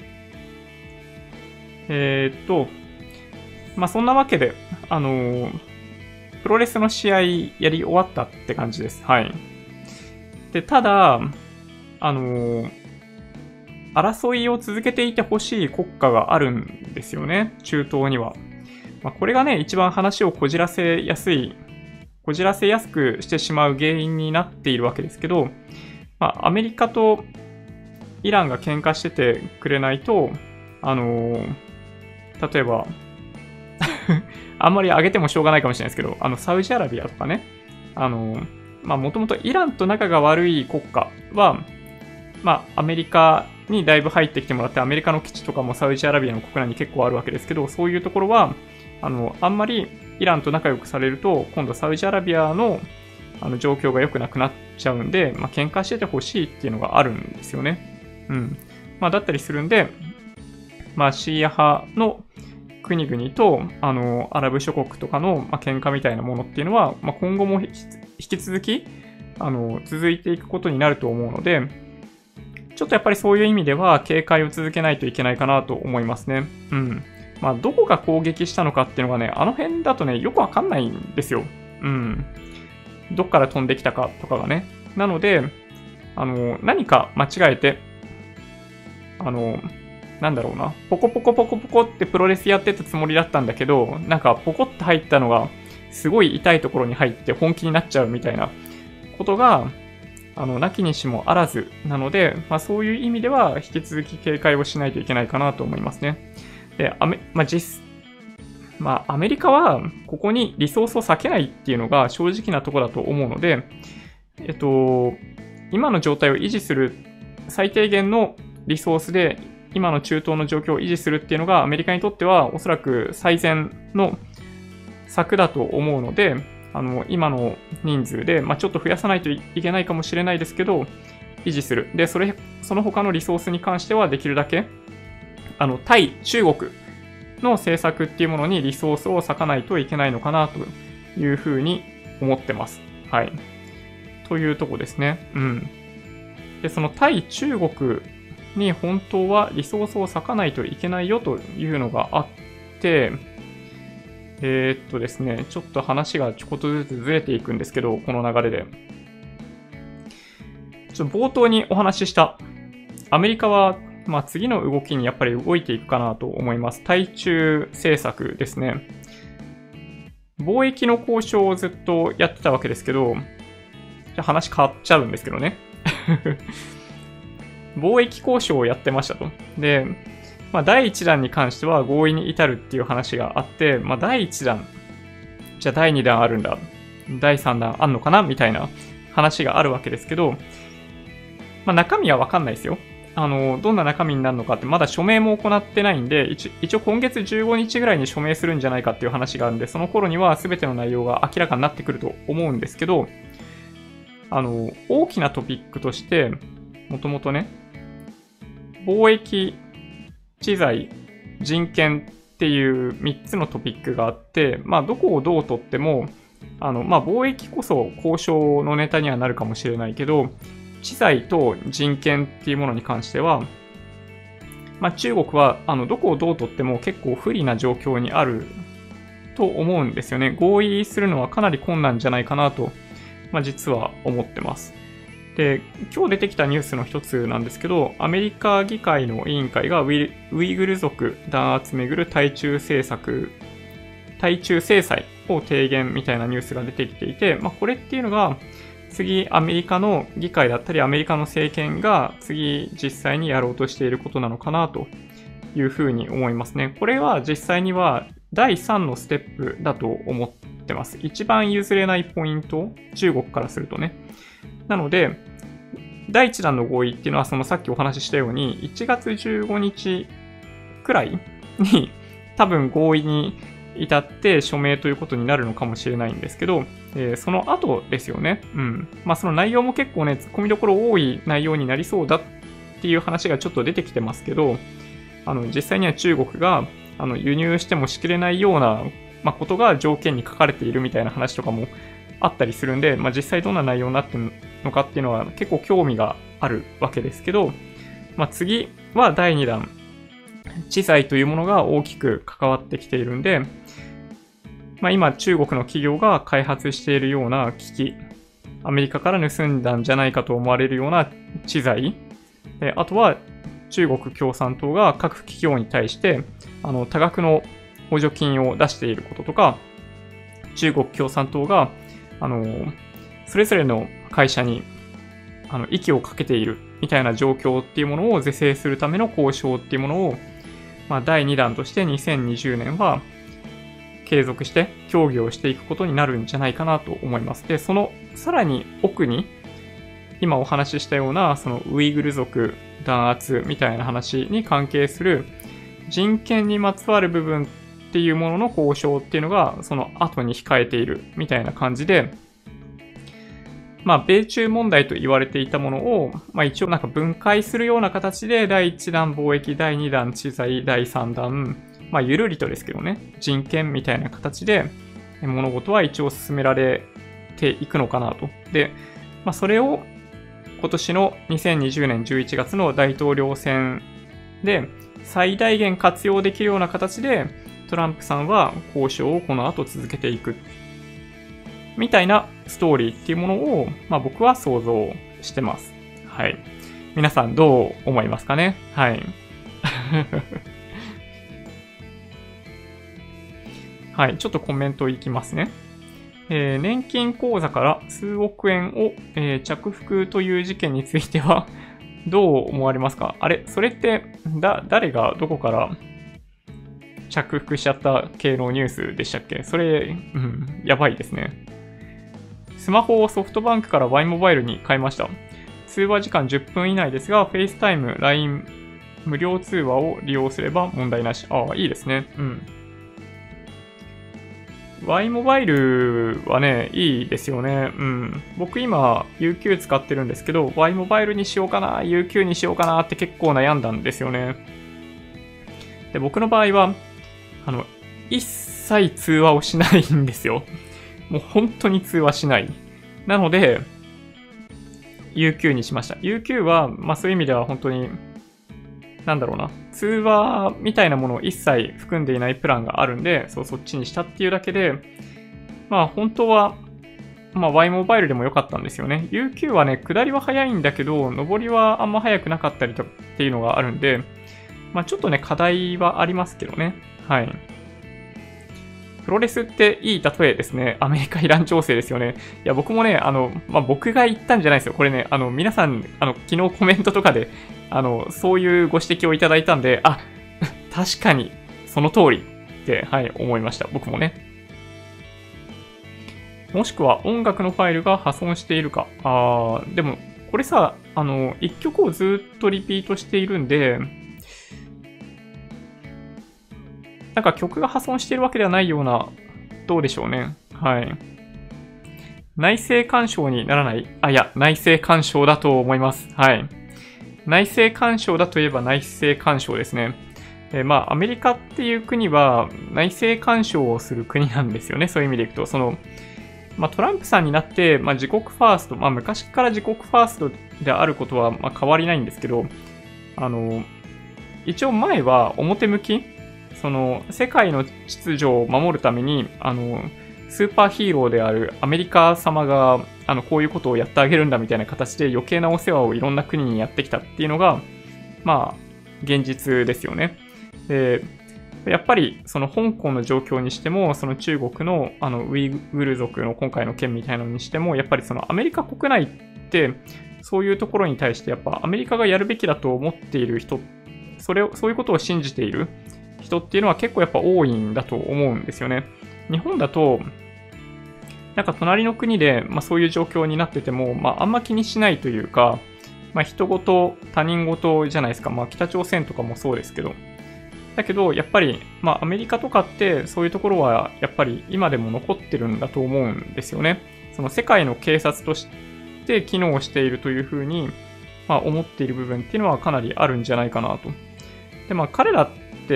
えー、っと、まあ、そんなわけで、あのー、プロレスの試合やり終わったって感じです。はい。で、ただ、あのー、争いを続けていてほしい国家があるんですよね。中東には。まあ、これがね、一番話をこじらせやすい、こじらせやすくしてしまう原因になっているわけですけど、まあ、アメリカとイランが喧嘩しててくれないと、あのー、例えば、あんまり上げてもしょうがないかもしれないですけど、あの、サウジアラビアとかね、あのー、まあ、もともとイランと仲が悪い国家は、まあ、アメリカにだいぶ入ってきてもらって、アメリカの基地とかもサウジアラビアの国内に結構あるわけですけど、そういうところは、あの、あんまりイランと仲良くされると、今度サウジアラビアのあの状況が良くなくなっちゃうんで、まあ、喧嘩しててほしいっていうのがあるんですよね。うん。まあ、だったりするんで、まあ、シーア派の国々と、あの、アラブ諸国とかの、まあ、喧嘩みたいなものっていうのは、まあ、今後も引き続き、あの、続いていくことになると思うので、ちょっとやっぱりそういう意味では警戒を続けないといけないかなと思いますね。うん。まあ、どこが攻撃したのかっていうのがね、あの辺だとね、よくわかんないんですよ。うん。どっから飛んできたかとかがね。なので、あの、何か間違えて、あの、なんだろうな、ポコポコポコポコってプロレスやってたつもりだったんだけど、なんかポコって入ったのが、すごい痛いところに入って本気になっちゃうみたいなことが、あの、なきにしもあらずなので、まあそういう意味では引き続き警戒をしないといけないかなと思いますね。で、アメ、まあ実、まあアメリカはここにリソースを避けないっていうのが正直なところだと思うので、えっと、今の状態を維持する最低限のリソースで今の中東の状況を維持するっていうのがアメリカにとってはおそらく最善の策だと思うので、あの、今の人数で、まあ、ちょっと増やさないといけないかもしれないですけど、維持する。で、それ、その他のリソースに関してはできるだけ、あの、対中国の政策っていうものにリソースを割かないといけないのかなというふうに思ってます。はい。というとこですね。うん。で、その対中国に本当はリソースを割かないといけないよというのがあって、えー、っとですね、ちょっと話がちょこっとずつずれていくんですけど、この流れで。ちょっと冒頭にお話しした、アメリカは、まあ、次の動きにやっぱり動いていくかなと思います。対中政策ですね。貿易の交渉をずっとやってたわけですけど、じゃあ話変わっちゃうんですけどね。貿易交渉をやってましたと。で、まあ、だいいちだんに関しては合意に至るっていう話があって、まあ、だいいちだん、じゃあだいにだんあるんだ、だいさんだんあんのかなみたいな話があるわけですけど、まあ、中身はわかんないですよ。あの、どんな中身になるのかってまだ署名も行ってないんで、一, 一応今月じゅうごにちぐらいに署名するんじゃないかっていう話があるんで、その頃には全ての内容が明らかになってくると思うんですけど、あの、大きなトピックとして、もともとね、貿易、知財、人権っていうみっつのトピックがあって、まあどこをどうとっても、あの、まあ貿易こそ交渉のネタにはなるかもしれないけど、知財と人権っていうものに関しては、まあ中国はあのどこをどうとっても結構不利な状況にあると思うんですよね。合意するのはかなり困難じゃないかなと、まあ実は思ってます。で、今日出てきたニュースの一つなんですけど、アメリカ議会の委員会がウィウイグル族弾圧めぐる対中政策、対中制裁を提言みたいなニュースが出てきていて、まあこれっていうのが、次アメリカの議会だったりアメリカの政権が次実際にやろうとしていることなのかなというふうに思いますね。これは実際にはだいさんのステップだと思ってます。一番譲れないポイント、中国からするとね。なので、だいいちだんの合意っていうのは、そのさっきお話ししたように、いちがつじゅうごにちくらいに多分合意に至って署名ということになるのかもしれないんですけど、えー、その後ですよね。うん。まあその内容も結構ね、突っ込みどころ多い内容になりそうだっていう話がちょっと出てきてますけど、あの、実際には中国が、あの、輸入してもしきれないような、まあ、ことが条件に書かれているみたいな話とかもあったりするんで、まあ、実際どんな内容になってるのかっていうのは結構興味があるわけですけど、まあ、次はだいに弾、知財というものが大きく関わってきているんで、まあ、今中国の企業が開発しているような機器、アメリカから盗んだんじゃないかと思われるような知財、であとは中国共産党が各企業に対してあの多額の補助金を出していることとか、中国共産党があのそれぞれの会社にあの息をかけているみたいな状況っていうものを是正するための交渉っていうものを、まあ、だいに弾としてにせんにじゅうねんは継続して協議をしていくことになるんじゃないかなと思います。で、そのさらに奥に今お話ししたようなそのウイグル族弾圧みたいな話に関係する人権にまつわる部分っていうものの交渉っていうのがその後に控えているみたいな感じで、まあ米中問題と言われていたものを、まあ一応なんか分解するような形でだいいち弾貿易、だいに弾知財、だいさん弾、まあゆるりとですけどね、人権みたいな形で物事は一応進められていくのかなと。で、まあそれを今年のにせんにじゅうねんじゅういちがつの大統領選で最大限活用できるような形でトランプさんは交渉をこの後続けていくみたいなストーリーっていうものを、まあ、僕は想像してます。はい。皆さんどう思いますかね？はい。はい。ちょっとコメントいきますね。えー、年金口座から数億円を、えー、着服という事件についてはどう思われますか？あれ、それってだ誰がどこから着服しちゃった系のニュースでしたっけ？それ、うん、やばいですね。スマホをソフトバンクから ワイ モバイルに変えました。通話時間じゅっぷん以内ですが、FaceTime、ライン、無料通話を利用すれば問題なし。ああ、いいですね。うん。ワイ モバイルはね、いいですよね。うん。僕今、ユーキュー 使ってるんですけど、ワイ モバイルにしようかな、ユーキュー にしようかなって結構悩んだんですよね。で、僕の場合は、あの、一切通話をしないんですよ。もう本当に通話しない。なので、ユーキュー にしました。ユーキュー は、まあそういう意味では本当に、なんだろうな、通話みたいなものを一切含んでいないプランがあるんで、そう、そっちにしたっていうだけで、まあ本当は、まあ ワイ モバイルでも良かったんですよね。ユーキュー はね、下りは早いんだけど、上りはあんま早くなかったりとっていうのがあるんで、まあちょっとね、課題はありますけどね。はい。プロレスっていい例えですね。アメリカ・イラン情勢ですよね。いや、僕もね、あの、まあ、僕が言ったんじゃないですよ。これね、あの、皆さん、あの、昨日コメントとかで、あの、そういうご指摘をいただいたんで、あ、確かに、その通りって、はい、思いました。僕もね。もしくは、音楽のファイルが破損しているか。あー、でも、これさ、あの、一曲をずっとリピートしているんで、なんか曲が破損しているわけではないような、どうでしょうね。はい。内政干渉にならない？あ、いや、内政干渉だと思います。はい。内政干渉だといえば内政干渉ですね。えー、まあ、アメリカっていう国は内政干渉をする国なんですよね。そういう意味でいくと、その、まあ、トランプさんになって、まあ、自国ファースト、まあ、昔から自国ファーストであることは、まあ、変わりないんですけど、あの、一応前は表向き、その世界の秩序を守るためにあのスーパーヒーローであるアメリカ様があのこういうことをやってあげるんだみたいな形で余計なお世話をいろんな国にやってきたっていうのがまあ現実ですよね。でやっぱりその香港の状況にしてもその中国のあのウイグル族の今回の件みたいなのにしてもやっぱりそのアメリカ国内ってそういうところに対してやっぱアメリカがやるべきだと思っている人、それをそういうことを信じている人っていうのは結構やっぱ多いんだと思うんですよね。日本だと、なんか隣の国で、まあ、そういう状況になってても、まあ、あんま気にしないというか、まあ、人事、他人事じゃないですか。まあ、北朝鮮とかもそうですけど、 だけど、やっぱり、まあ、アメリカとかってそういうところはやっぱり今でも残ってるんだと思うんですよね。その世界の警察として機能しているというふうに、まあ、思っている部分っていうのはかなりあるんじゃないかなと。で、まあ、彼らって、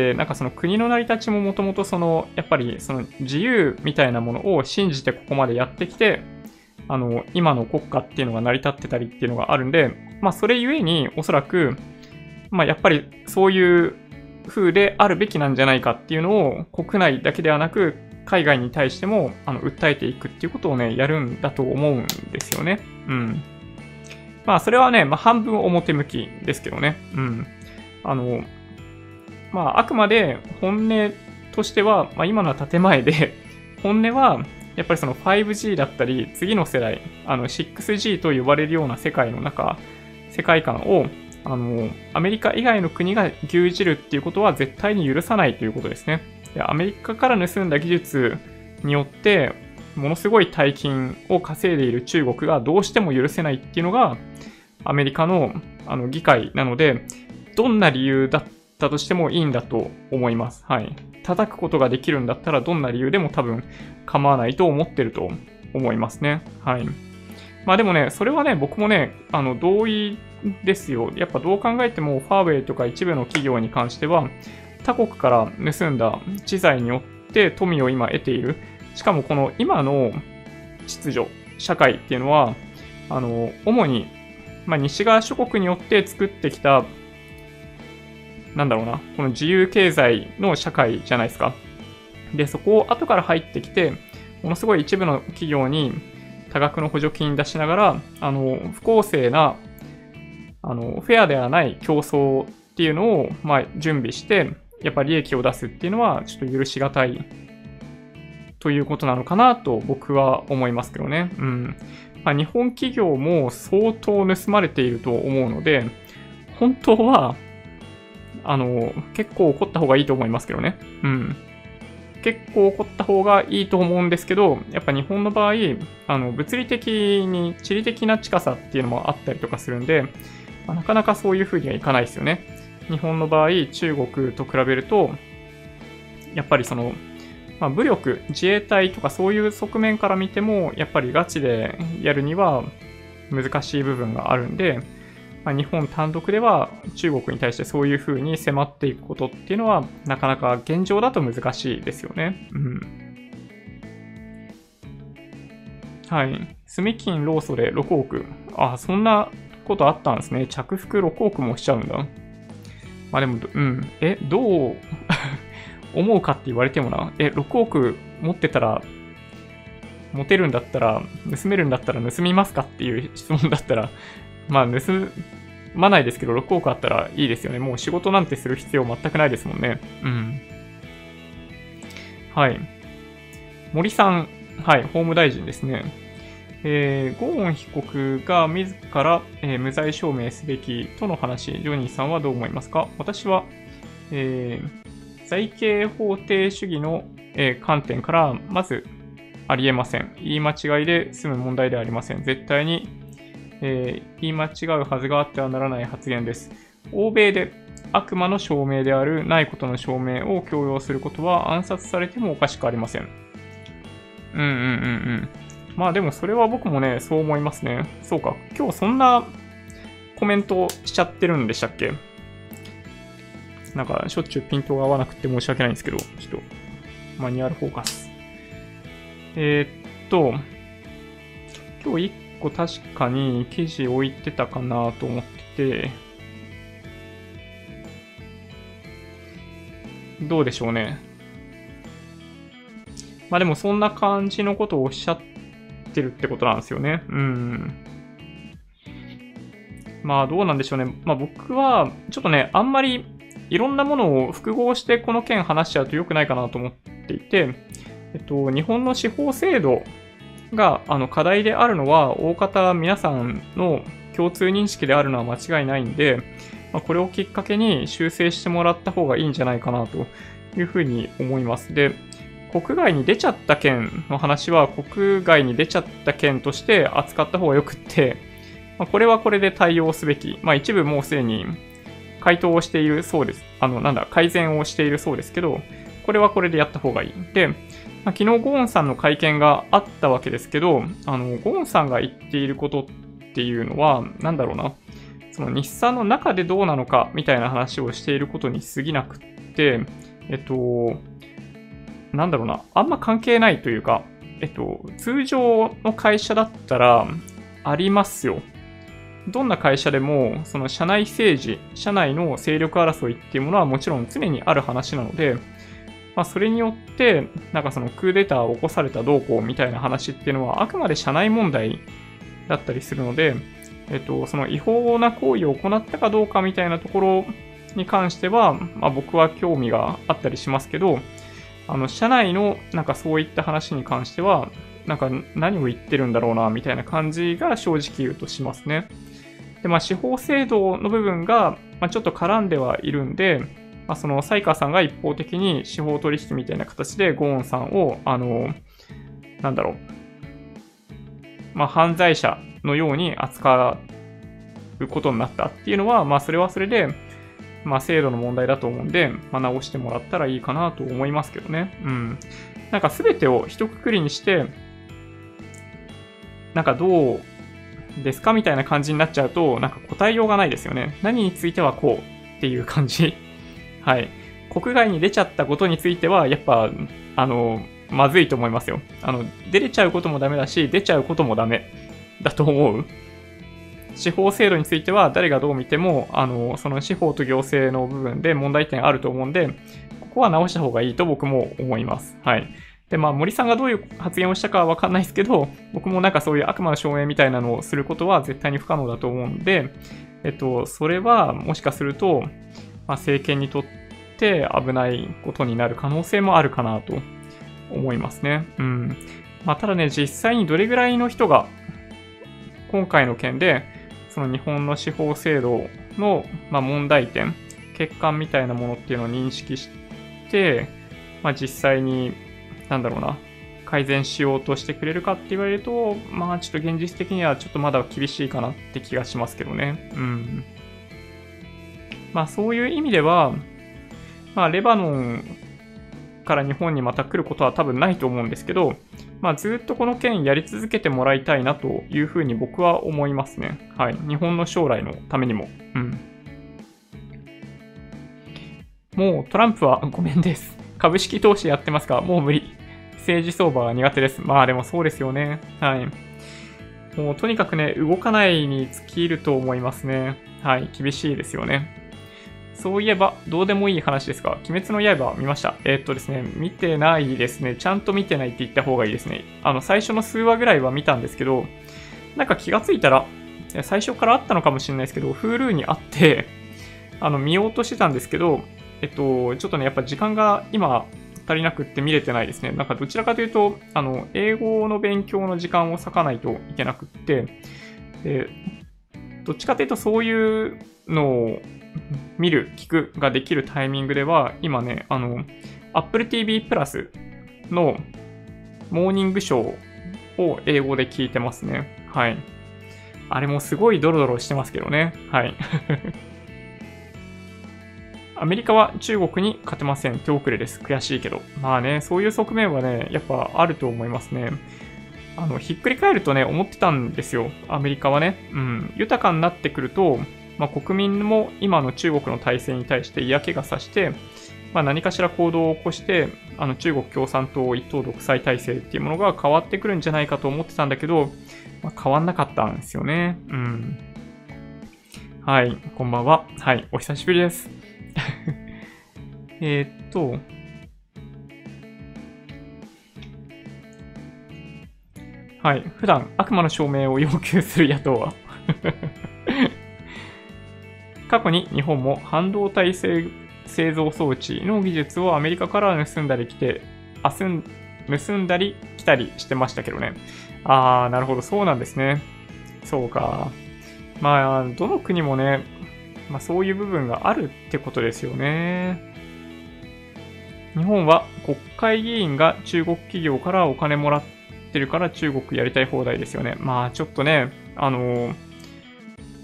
なんかその国の成り立ちももともとその、やっぱりその自由みたいなものを信じてここまでやってきて、あの、今の国家っていうのが成り立ってたりっていうのがあるんで、まあ、それゆえにおそらく、まあ、やっぱりそういう風であるべきなんじゃないかっていうのを国内だけではなく海外に対してもあの訴えていくっていうことをね、やるんだと思うんですよね。うん。まあそれはね、まあ半分表向きですけどね。うん。あの、まああくまで本音としては、まあ今のは建前で、本音はやっぱりその ファイブジー だったり、次の世代、あの シックスジー と呼ばれるような世界の中、世界観をあの、アメリカ以外の国が牛耳るっていうことは絶対に許さないということですね。で、アメリカから盗んだ技術によって、ものすごい大金を稼いでいる中国がどうしても許せないっていうのが、アメリカのあの議会なので、どんな理由だったとしてもいいんだと思います。はい。叩くことができるんだったら、どんな理由でも多分構わないと思ってると思いますね。はい。まあでもね、それはね、僕もね、あの、同意ですよ。やっぱどう考えても、ファーウェイとか一部の企業に関しては、他国から盗んだ知財によって富を今得ている。しかもこの今の秩序、社会っていうのは、あの、主に、まあ、西側諸国によって作ってきた、なんだろうな、この自由経済の社会じゃないですか。で、そこを後から入ってきて、ものすごい一部の企業に多額の補助金出しながら、あの、不公正な、あの、フェアではない競争っていうのを、まあ、準備して、やっぱり利益を出すっていうのは、ちょっと許しがたいということなのかなと僕は思いますけどね。うん。まあ、日本企業も相当盗まれていると思うので、本当は、あの、結構怒った方がいいと思いますけどね。うん。結構怒った方がいいと思うんですけど、やっぱ日本の場合、あの、物理的に地理的な近さっていうのもあったりとかするんで、まあ、なかなかそういう風にはいかないですよね。日本の場合、中国と比べると、やっぱりその、まあ、武力、自衛隊とかそういう側面から見ても、やっぱりガチでやるには難しい部分があるんで、まあ、日本単独では中国に対してそういう風に迫っていくことっていうのは、なかなか現状だと難しいですよね。うん。はい。住金労組でろくおく。あ、そんなことあったんですね。着服ろくおくもしちゃうんだ。まあでも、うん。え、どう思うかって言われてもな。え、ろくおく持ってたら、持てるんだったら、盗めるんだったら盗みますかっていう質問だったら、まあ盗まないですけど、ろくおくあったらいいですよね。もう仕事なんてする必要全くないですもんね。うん。はい。森さん、はい、法務大臣ですね。えー、ゴーン被告が自ら、えー、無罪証明すべきとの話、ジョニーさんはどう思いますか？私は、えー、財形法定主義の、えー、観点から、まずありえません。言い間違いで済む問題ではありません。絶対に、えー、言い間違うはずがあってはならない発言です。欧米で悪魔の証明であるないことの証明を強要することは暗殺されてもおかしくありません。うんうんうんうん。まあでもそれは僕もね、そう思いますね。そうか。今日そんなコメントしちゃってるんでしたっけ？なんかしょっちゅうピントが合わなくて申し訳ないんですけど、ちょっとマニュアルフォーカス。えー、っと、今日一個確かに記事置いてたかなと思ってて、どうでしょうね。まあでもそんな感じのことをおっしゃってるってことなんですよね。うん。まあどうなんでしょうね。まあ僕はちょっとね、あんまりいろんなものを複合してこの件話しちゃうと良くないかなと思っていて、えっと、日本の司法制度があの課題であるのは大方皆さんの共通認識であるのは間違いないんで、まあ、これをきっかけに修正してもらった方がいいんじゃないかなというふうに思います。で、国外に出ちゃった件の話は国外に出ちゃった件として扱った方がよくって、まあ、これはこれで対応すべき。まあ一部もうすでに回答をしているそうです。あの、なんだ、改善をしているそうですけど、これはこれでやった方がいい。で、まあ、昨日ゴーンさんの会見があったわけですけど、あの、ゴーンさんが言っていることっていうのは、なんだろうな、その日産の中でどうなのかみたいな話をしていることに過ぎなくって、えっと、なんだろうな、あんま関係ないというか、えっと、通常の会社だったらありますよ。どんな会社でも、その社内政治、社内の勢力争いっていうものはもちろん常にある話なので、まあ、それによって、なんかそのクーデターを起こされたどうこうみたいな話っていうのは、あくまで社内問題だったりするので、えっと、その違法な行為を行ったかどうかみたいなところに関しては、まあ、僕は興味があったりしますけど、あの、社内のなんかそういった話に関しては、なんか何を言ってるんだろうな、みたいな感じが正直言うとしますね。で、まあ、司法制度の部分が、まあ、ちょっと絡んではいるんで、まあ、その、サイカーさんが一方的に司法取引みたいな形でゴーンさんを、あの、なんだろう、まあ、犯罪者のように扱うことになったっていうのは、まあ、それはそれで、まあ、制度の問題だと思うんで、まあ、直してもらったらいいかなと思いますけどね。うん。なんか全てを一括りにして、なんかどうですかみたいな感じになっちゃうと、なんか答えようがないですよね。何についてはこうっていう感じ。はい。国外に出ちゃったことについては、やっぱ、あの、まずいと思いますよ。あの、出れちゃうこともダメだし、出ちゃうこともダメだと思う。司法制度については誰がどう見ても、あの、その司法と行政の部分で問題点あると思うんで、ここは直した方がいいと僕も思います。はい。で、まあ、森さんがどういう発言をしたかはわかんないですけど、僕もなんかそういう悪魔の証明みたいなのをすることは絶対に不可能だと思うんで、えっと、それはもしかすると、まあ、政権にとって危ないことになる可能性もあるかなと思いますね。うん。まあ、ただね、実際にどれぐらいの人が、今回の件で、その日本の司法制度の、まあ、問題点、欠陥みたいなものっていうのを認識して、まあ、実際に、なんだろうな、改善しようとしてくれるかって言われると、まあちょっと現実的にはちょっとまだ厳しいかなって気がしますけどね。うん。まあそういう意味では、まあレバノンから日本にまた来ることは多分ないと思うんですけど、まあずっとこの件やり続けてもらいたいなというふうに僕は思いますね。はい。日本の将来のためにも。うん。もうトランプはごめんです。株式投資やってますか？もう無理。政治相場は苦手です。まあでもそうですよね。はい。もうとにかくね、動かないに尽きると思いますね。はい。厳しいですよね。そういえば、どうでもいい話ですが、鬼滅の刃見ました。えー、っとですね、見てないですね。ちゃんと見てないって言った方がいいですね。あの、最初の数話ぐらいは見たんですけど、なんか気がついたら、最初からあったのかもしれないですけど、Hulu にあって、あの、見ようとしてたんですけど、えっと、ちょっとね、やっぱ時間が今足りなくって見れてないですね。なんかどちらかというと、あの、英語の勉強の時間を割かないといけなくって、で、どっちかというとそういうのを見る、聞くができるタイミングでは、今ね、あの、Apple ティーブイ プラスのモーニングショーを英語で聞いてますね。はい。あれもすごいドロドロしてますけどね。はい。アメリカは中国に勝てません。手遅れです。悔しいけど。まあね、そういう側面はね、やっぱあると思いますね。あの、ひっくり返るとね、思ってたんですよ。アメリカはね。うん。豊かになってくると、まあ国民も今の中国の体制に対して嫌気がさして、まあ何かしら行動を起こして、あの中国共産党一党独裁体制っていうものが変わってくるんじゃないかと思ってたんだけど、まあ、変わんなかったんですよね。うん。はい、こんばんは。はい、お久しぶりです。えーっと、はい。普段悪魔の証明を要求する野党は過去に日本も半導体製造装置の技術をアメリカから盗んだり来て、あすん、盗んだり来たりしてましたけどね。あー、なるほど、そうなんですね。そうか。まあ、どの国もね、まあそういう部分があるってことですよね。日本は国会議員が中国企業からお金もらってるから中国やりたい放題ですよね。まあちょっとね、あの、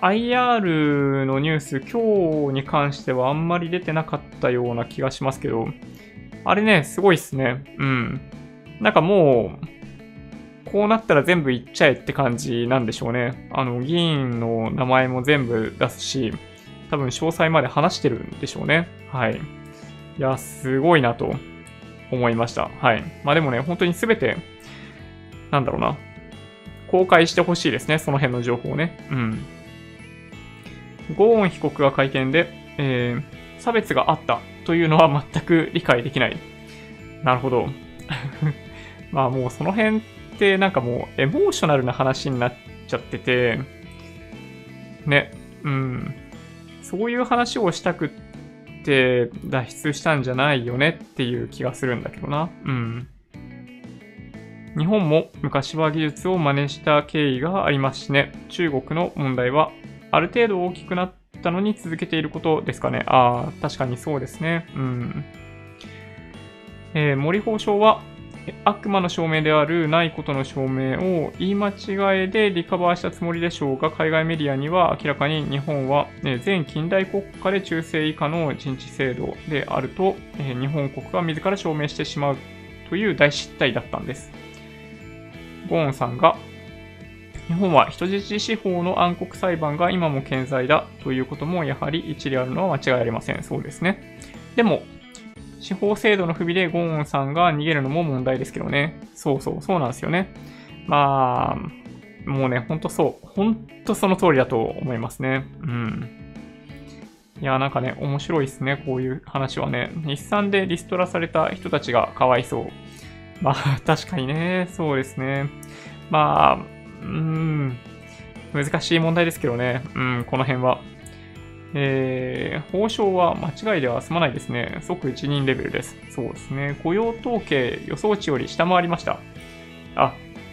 アイアール のニュース、今日に関してはあんまり出てなかったような気がしますけど、あれね、すごいっすね。うん。なんかもう、こうなったら全部言っちゃえって感じなんでしょうね。あの、議員の名前も全部出すし、多分詳細まで話してるんでしょうね。はい。いや、すごいなと思いました。はい。まあでもね、本当にすべて、なんだろうな、公開してほしいですね。その辺の情報をね。うん。ゴーン被告が会見で、えー、差別があったというのは全く理解できない。なるほど。まあもうその辺ってなんかもうエモーショナルな話になっちゃってて、ね、うん。そういう話をしたくって脱出したんじゃないよねっていう気がするんだけどな。うん。日本も昔は技術を真似した経緯がありますしね。中国の問題はある程度大きくなったのに続けていることですかね。ああ、確かにそうですね。うん。えー、森法相は悪魔の証明であるないことの証明を言い間違いでリカバーしたつもりでしょうが、海外メディアには明らかに日本は全近代国家で中世以下の人治制度であると、日本国が自ら証明してしまうという大失態だったんです。ゴーンさんが、日本は人質司法の暗黒裁判が今も健在だということもやはり一理あるのは間違いありません。そうですね。でも、司法制度の不備でゴーンさんが逃げるのも問題ですけどね。そうそう、そうなんですよね。まあ、もうね、ほんとそう。ほんとその通りだと思いますね。うん。いや、なんかね、面白いですね。こういう話はね。日産でリストラされた人たちがかわいそう。まあ、確かにね。そうですね。まあ、うーん。難しい問題ですけどね。うん、この辺は。えー、報奨は間違いでは済まないですね。即一人レベルです。そうですね。雇用統計予想値より下回りました。あ、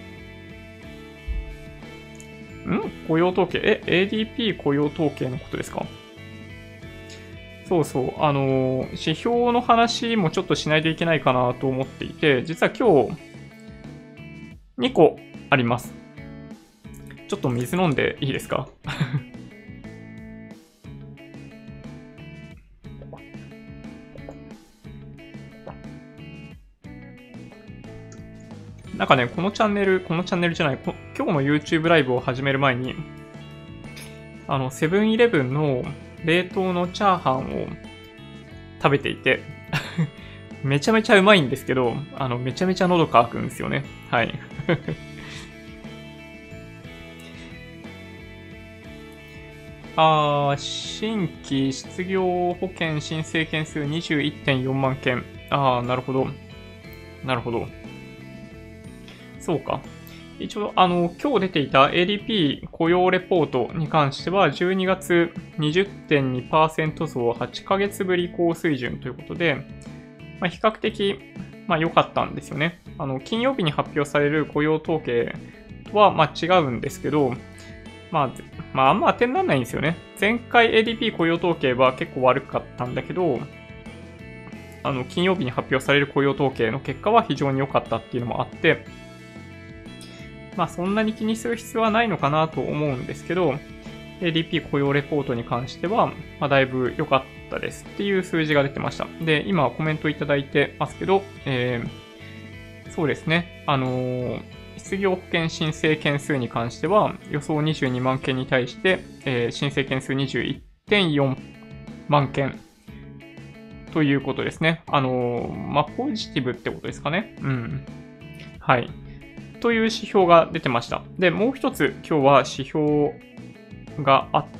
ん雇用統計え、エーディーピー 雇用統計のことですか？そうそう。あのー、指標の話もちょっとしないといけないかなと思っていて、実は今日、にこあります。ちょっと水飲んでいいですか？なんかね、このチャンネル、このチャンネルじゃない、今日の YouTube ライブを始める前に、あの、セブンイレブンの冷凍のチャーハンを食べていて、めちゃめちゃうまいんですけど、あの、めちゃめちゃ喉乾くんですよね。はい。あー、新規失業保険申請件数 にじゅういってんよんまんけん。あー、なるほど。なるほど。そうか。一応、あの、今日出ていた エーディーピー 雇用レポートに関しては、じゅうにがつ にじゅってんにパーセント 増はちかげつぶり高水準ということで、まあ、比較的、まあ、良かったんですよね。あの、金曜日に発表される雇用統計とは、まあ、違うんですけど、まあ、まあ、あんま当てにならないんですよね。前回 エーディーピー 雇用統計は結構悪かったんだけど、あの、金曜日に発表される雇用統計の結果は非常に良かったっていうのもあって、まあそんなに気にする必要はないのかなと思うんですけど、エーディーピー 雇用レポートに関しては、まあだいぶ良かったですっていう数字が出てました。で、今コメントいただいてますけど、えー、そうですね。あのー、失業保険申請件数に関しては、予想にじゅうにまんけんに対して、えー、申請件数 にじゅういってんよんまんけんということですね。あのー、まあポジティブってことですかね。うん。はい。という指標が出てました。で、もう一つ今日は指標があって、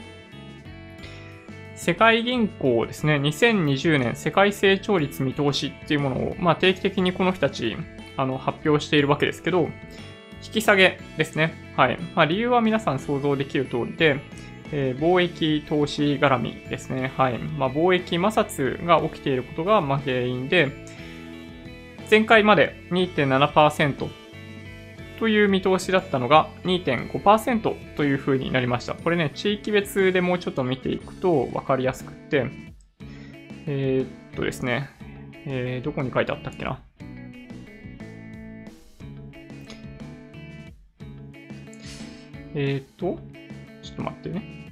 世界銀行ですね、にせんにじゅうねん世界成長率見通しっていうものを、まあ、定期的にこの人たちあの発表しているわけですけど、引き下げですね。はい。まあ、理由は皆さん想像できる通りで、えー、貿易投資絡みですね。はい。まあ、貿易摩擦が起きていることがまあ原因で、前回まで にてんななパーセント という見通しだったのが にてんごパーセント という風になりました。これね、地域別でもうちょっと見ていくと分かりやすくって、えー、っとですね、えー、どこに書いてあったっけな。えー、っと、 ちょっと待ってね。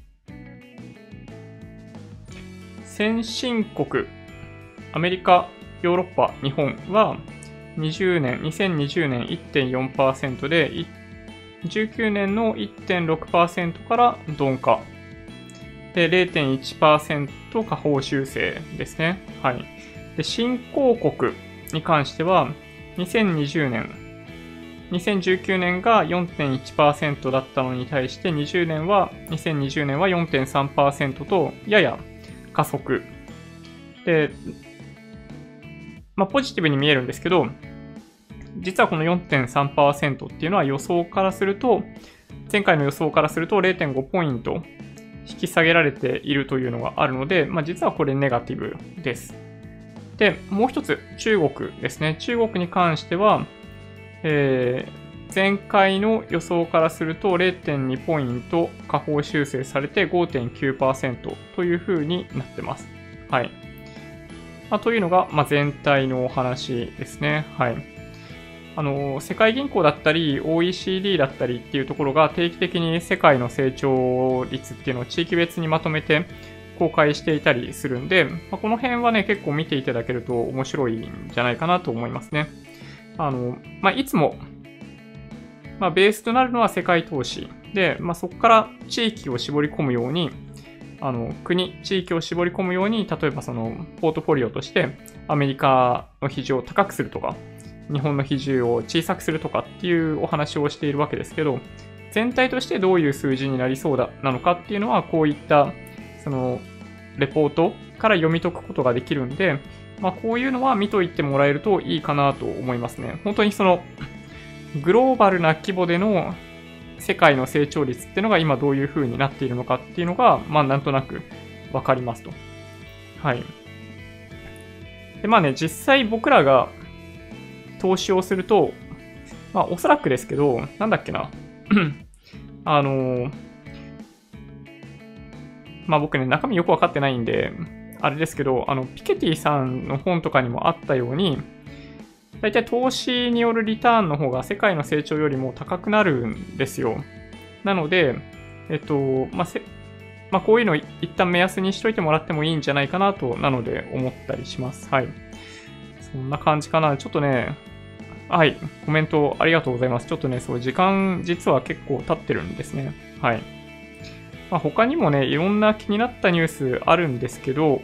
先進国、アメリカ、ヨーロッパ、日本はにじゅうねん、にせんにじゅうねん いってんよんパーセント で、じゅうきゅうねんの いってんろくパーセント から鈍化。で、れいてんいちパーセント 下方修正ですね。はい。で、新興国に関しては、にせんにじゅうねん、にせんじゅうきゅうねんが よんてんいちパーセント だったのに対して、にじゅうねんは、にせんにじゅうねんは よんてんさんパーセント と、やや加速。で、まあ、ポジティブに見えるんですけど、実はこの よんてんさんパーセント っていうのは予想からすると、前回の予想からすると れいてんご ポイント引き下げられているというのがあるので、まあ、実はこれネガティブです。で、もう一つ、中国ですね。中国に関しては、えー、前回の予想からすると れいてんに ポイント下方修正されて ごてんきゅうパーセント という風になってます。はい。まあ、というのが、まあ、全体のお話ですね。はい。あの、世界銀行だったり オーイーシーディー だったりっていうところが定期的に世界の成長率っていうのを地域別にまとめて公開していたりするんで、まあ、この辺はね、結構見ていただけると面白いんじゃないかなと思いますね。あの、まあ、いつも、まあ、ベースとなるのは世界投資で、まあ、そこから地域を絞り込むように、あの、国、地域を絞り込むように、例えばその、ポートフォリオとしてアメリカの比重を高くするとか、日本の比重を小さくするとかっていうお話をしているわけですけど、全体としてどういう数字になりそうだなのかっていうのは、こういった、その、レポートから読み解くことができるんで、まあ、こういうのは見といてもらえるといいかなと思いますね。本当にその、グローバルな規模での世界の成長率っていうのが今どういう風になっているのかっていうのが、まあ、なんとなくわかりますと。はい。で、まあね、実際僕らが投資をすると、まあ、おそらくですけど、なんだっけな。あの、まあ僕ね、中身よくわかってないんで、あれですけど、あの、ピケティさんの本とかにもあったように、大体投資によるリターンの方が世界の成長よりも高くなるんですよ。なので、えっと、まあ、せ、まあ、こういうのを一旦目安にしといてもらってもいいんじゃないかなと、なので思ったりします。はい。そんな感じかな。ちょっとね、はい、コメントありがとうございます。ちょっとね、そう、時間実は結構経ってるんですね。はい。まあ、他にもね、いろんな気になったニュースあるんですけど、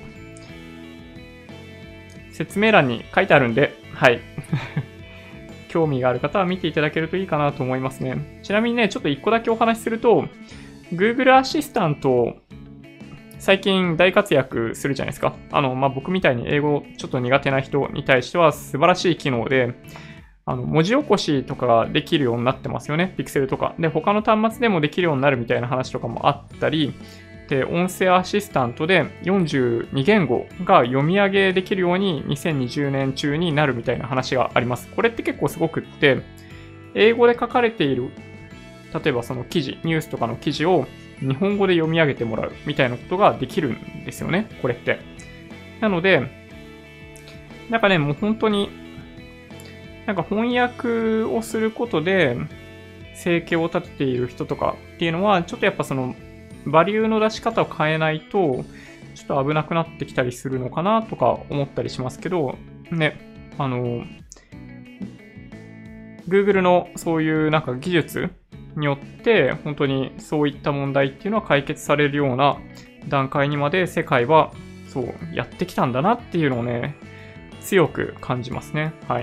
説明欄に書いてあるんで、はい。興味がある方は見ていただけるといいかなと思いますね。ちなみにね、ちょっと一個だけお話しすると、Google アシスタント、最近大活躍するじゃないですか。あの、まあ、僕みたいに英語ちょっと苦手な人に対しては素晴らしい機能で、あの、文字起こしとかができるようになってますよね。ピクセルとか。で、他の端末でもできるようになるみたいな話とかもあったり、で、音声アシスタントでよんじゅうに言語が読み上げできるようににせんにじゅうねん中になるみたいな話があります。これって結構すごくって、英語で書かれている、例えばその記事、ニュースとかの記事を日本語で読み上げてもらうみたいなことができるんですよね。これって。なので、なんかね、もう本当に、なんか翻訳をすることで生計を立てている人とかっていうのは、ちょっとやっぱその、バリューの出し方を変えないと、ちょっと危なくなってきたりするのかなとか思ったりしますけど、ね、あの、Google のそういうなんか技術によって、本当にそういった問題っていうのは解決されるような段階にまで世界はそうやってきたんだなっていうのをね、強く感じますね。はい。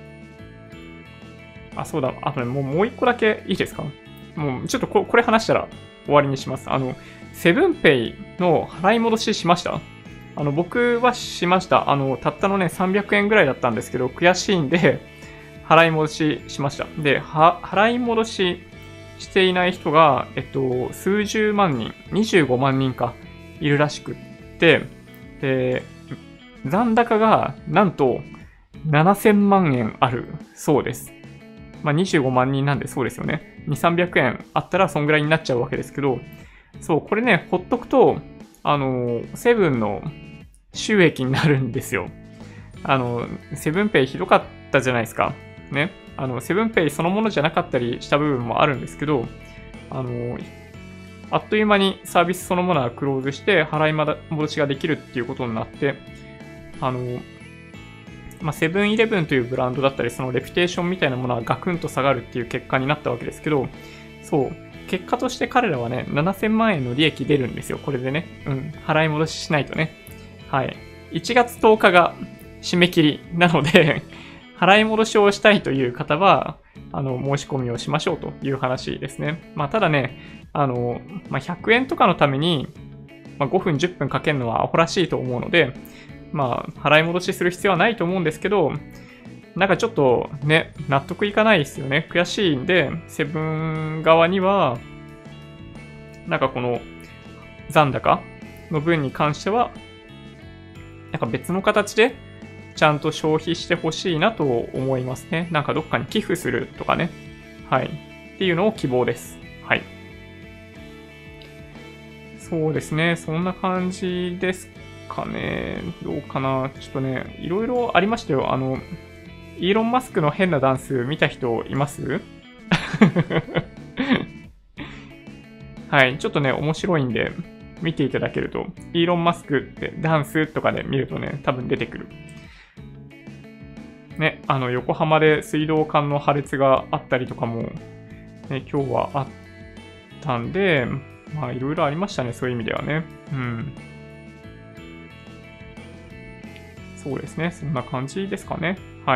あ、そうだ。あとね、もうもう一個だけいいですか？もうちょっとここれ話したら終わりにします。あの、セブンペイの払い戻ししました？あの、僕はしました。あの、たったのね、さんびゃくえんぐらいだったんですけど、悔しいんで、払い戻ししました。で、は、払い戻ししていない人が、えっと、数十万人、にじゅうごまん人か、いるらしくって、で、残高が、なんと、ななせんまんえんあるそうです。まあ、にじゅうごまん人なんでそうですよね。にせんさんびゃくえんあったらそんぐらいになっちゃうわけですけど、そう、これね、ほっとくと、あの、セブンの収益になるんですよ。あの、セブンペイひどかったじゃないですか。ね。あの、セブンペイそのものじゃなかったりした部分もあるんですけど、あの、 あっという間にサービスそのものはクローズして払い戻しができるっていうことになって、あの、まあ、セブンイレブンというブランドだったり、そのレピュテーションみたいなものはガクンと下がるっていう結果になったわけですけど、そう、結果として彼らはね、ななせんまんえんの利益出るんですよ、これでね。うん、払い戻ししないとね。はい。いちがつとおかが締め切りなので、払い戻しをしたいという方は、あの、申し込みをしましょうという話ですね。まあ、ただね、あの、まあ、ひゃくえんとかのために、まあ、ごふん、じゅっぷんかけるのはアホらしいと思うので、まあ、払い戻しする必要はないと思うんですけど、なんかちょっとね、納得いかないですよね。悔しいんで、セブン側には、なんかこの残高の分に関しては、なんか別の形でちゃんと消費してほしいなと思いますね。なんかどっかに寄付するとかね。はい。っていうのを希望です。はい。そうですね。そんな感じですかね。どうかな。ちょっとね、いろいろありましたよ。あの、イーロン・マスクの変なダンス見た人いますはい。ちょっとね、面白いんで、見ていただけると、イーロン・マスクってダンスとかで見るとね、多分出てくる。ね、あの、横浜で水道管の破裂があったりとかも、ね、今日はあったんで、まあ、いろいろありましたね、そういう意味ではね。うん。そうですね、そんな感じですかね。はい。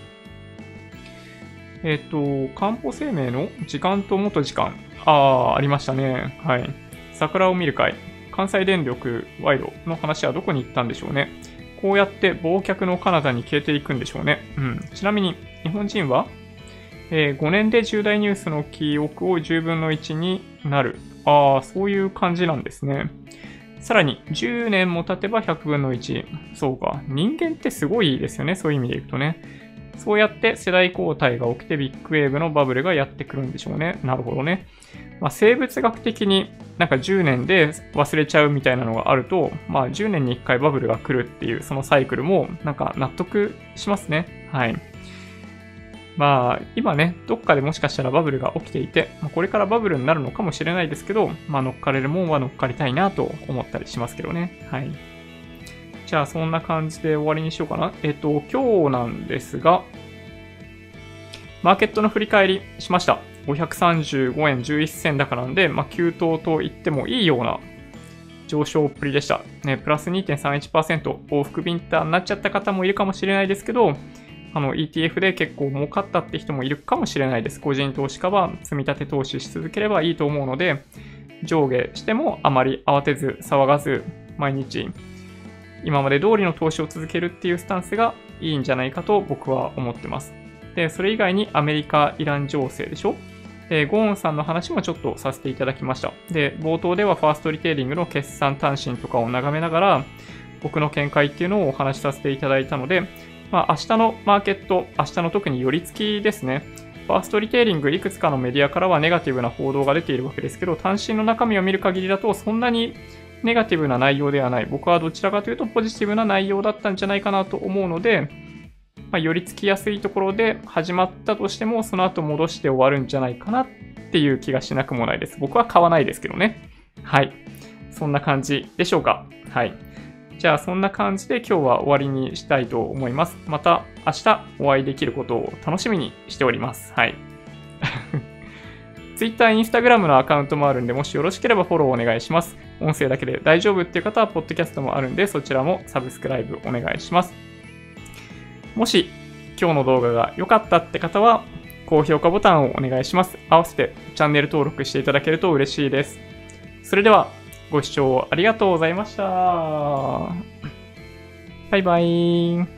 えっ、ー、と、かんぽ生命の時間と元時間。ああ、ありましたね。はい。桜を見る会。関西電力賄賂の話はどこに行ったんでしょうね。こうやって忘却の彼方に消えていくんでしょうね。うん。ちなみに、日本人は、えー、ごねんで重大ニュースの記憶をじゅうぶんのいちになる。ああ、そういう感じなんですね。さらに、じゅうねんも経てばひゃくぶんのいち。そうか。人間ってすごいですよね。そういう意味でいくとね。そうやって世代交代が起きてビッグウェーブのバブルがやってくるんでしょうね。なるほどね。まあ、生物学的になんかじゅうねんで忘れちゃうみたいなのがあると、まあじゅうねんにいっかいバブルが来るっていうそのサイクルもなんか納得しますね。はい。まあ今ね、どっかでもしかしたらバブルが起きていて、まあ、これからバブルになるのかもしれないですけど、まあ乗っかれるもんは乗っかりたいなと思ったりしますけどね。はい。じゃあそんな感じで終わりにしようかな。えっと、今日なんですが、マーケットの振り返りしました。ごひゃくさんじゅうごえんじゅういっせん高なんで、まあ、急騰と言ってもいいような上昇っぷりでした。ね、プラス にてんさんいちパーセント、往復ビンターになっちゃった方もいるかもしれないですけど、あの イーティーエフ で結構儲かったって人もいるかもしれないです。個人投資家は積み立て投資し続ければいいと思うので、上下してもあまり慌てず騒がず、毎日今まで通りの投資を続けるっていうスタンスがいいんじゃないかと僕は思ってます。で、それ以外にアメリカ・イラン情勢でしょ。で、ゴーンさんの話もちょっとさせていただきました。で、冒頭ではファーストリテイリングの決算単身とかを眺めながら、僕の見解っていうのをお話しさせていただいたので、まあ、明日のマーケット、明日の特に寄り付きですね。ファーストリテイリング、いくつかのメディアからはネガティブな報道が出ているわけですけど、単身の中身を見る限りだと、そんなにネガティブな内容ではない。僕はどちらかというとポジティブな内容だったんじゃないかなと思うので、まあ、寄り付きやすいところで始まったとしても、その後戻して終わるんじゃないかなっていう気がしなくもないです。僕は買わないですけどね。はい。そんな感じでしょうか。はい。じゃあ、そんな感じで今日は終わりにしたいと思います。また明日お会いできることを楽しみにしております。はい。Twitter、Instagram のアカウントもあるんで、もしよろしければフォローお願いします。音声だけで大丈夫っていう方は、ポッドキャストもあるんで、そちらもサブスクライブお願いします。もし、今日の動画が良かったって方は、高評価ボタンをお願いします。合わせてチャンネル登録していただけると嬉しいです。それでは、ご視聴ありがとうございました。バイバイ。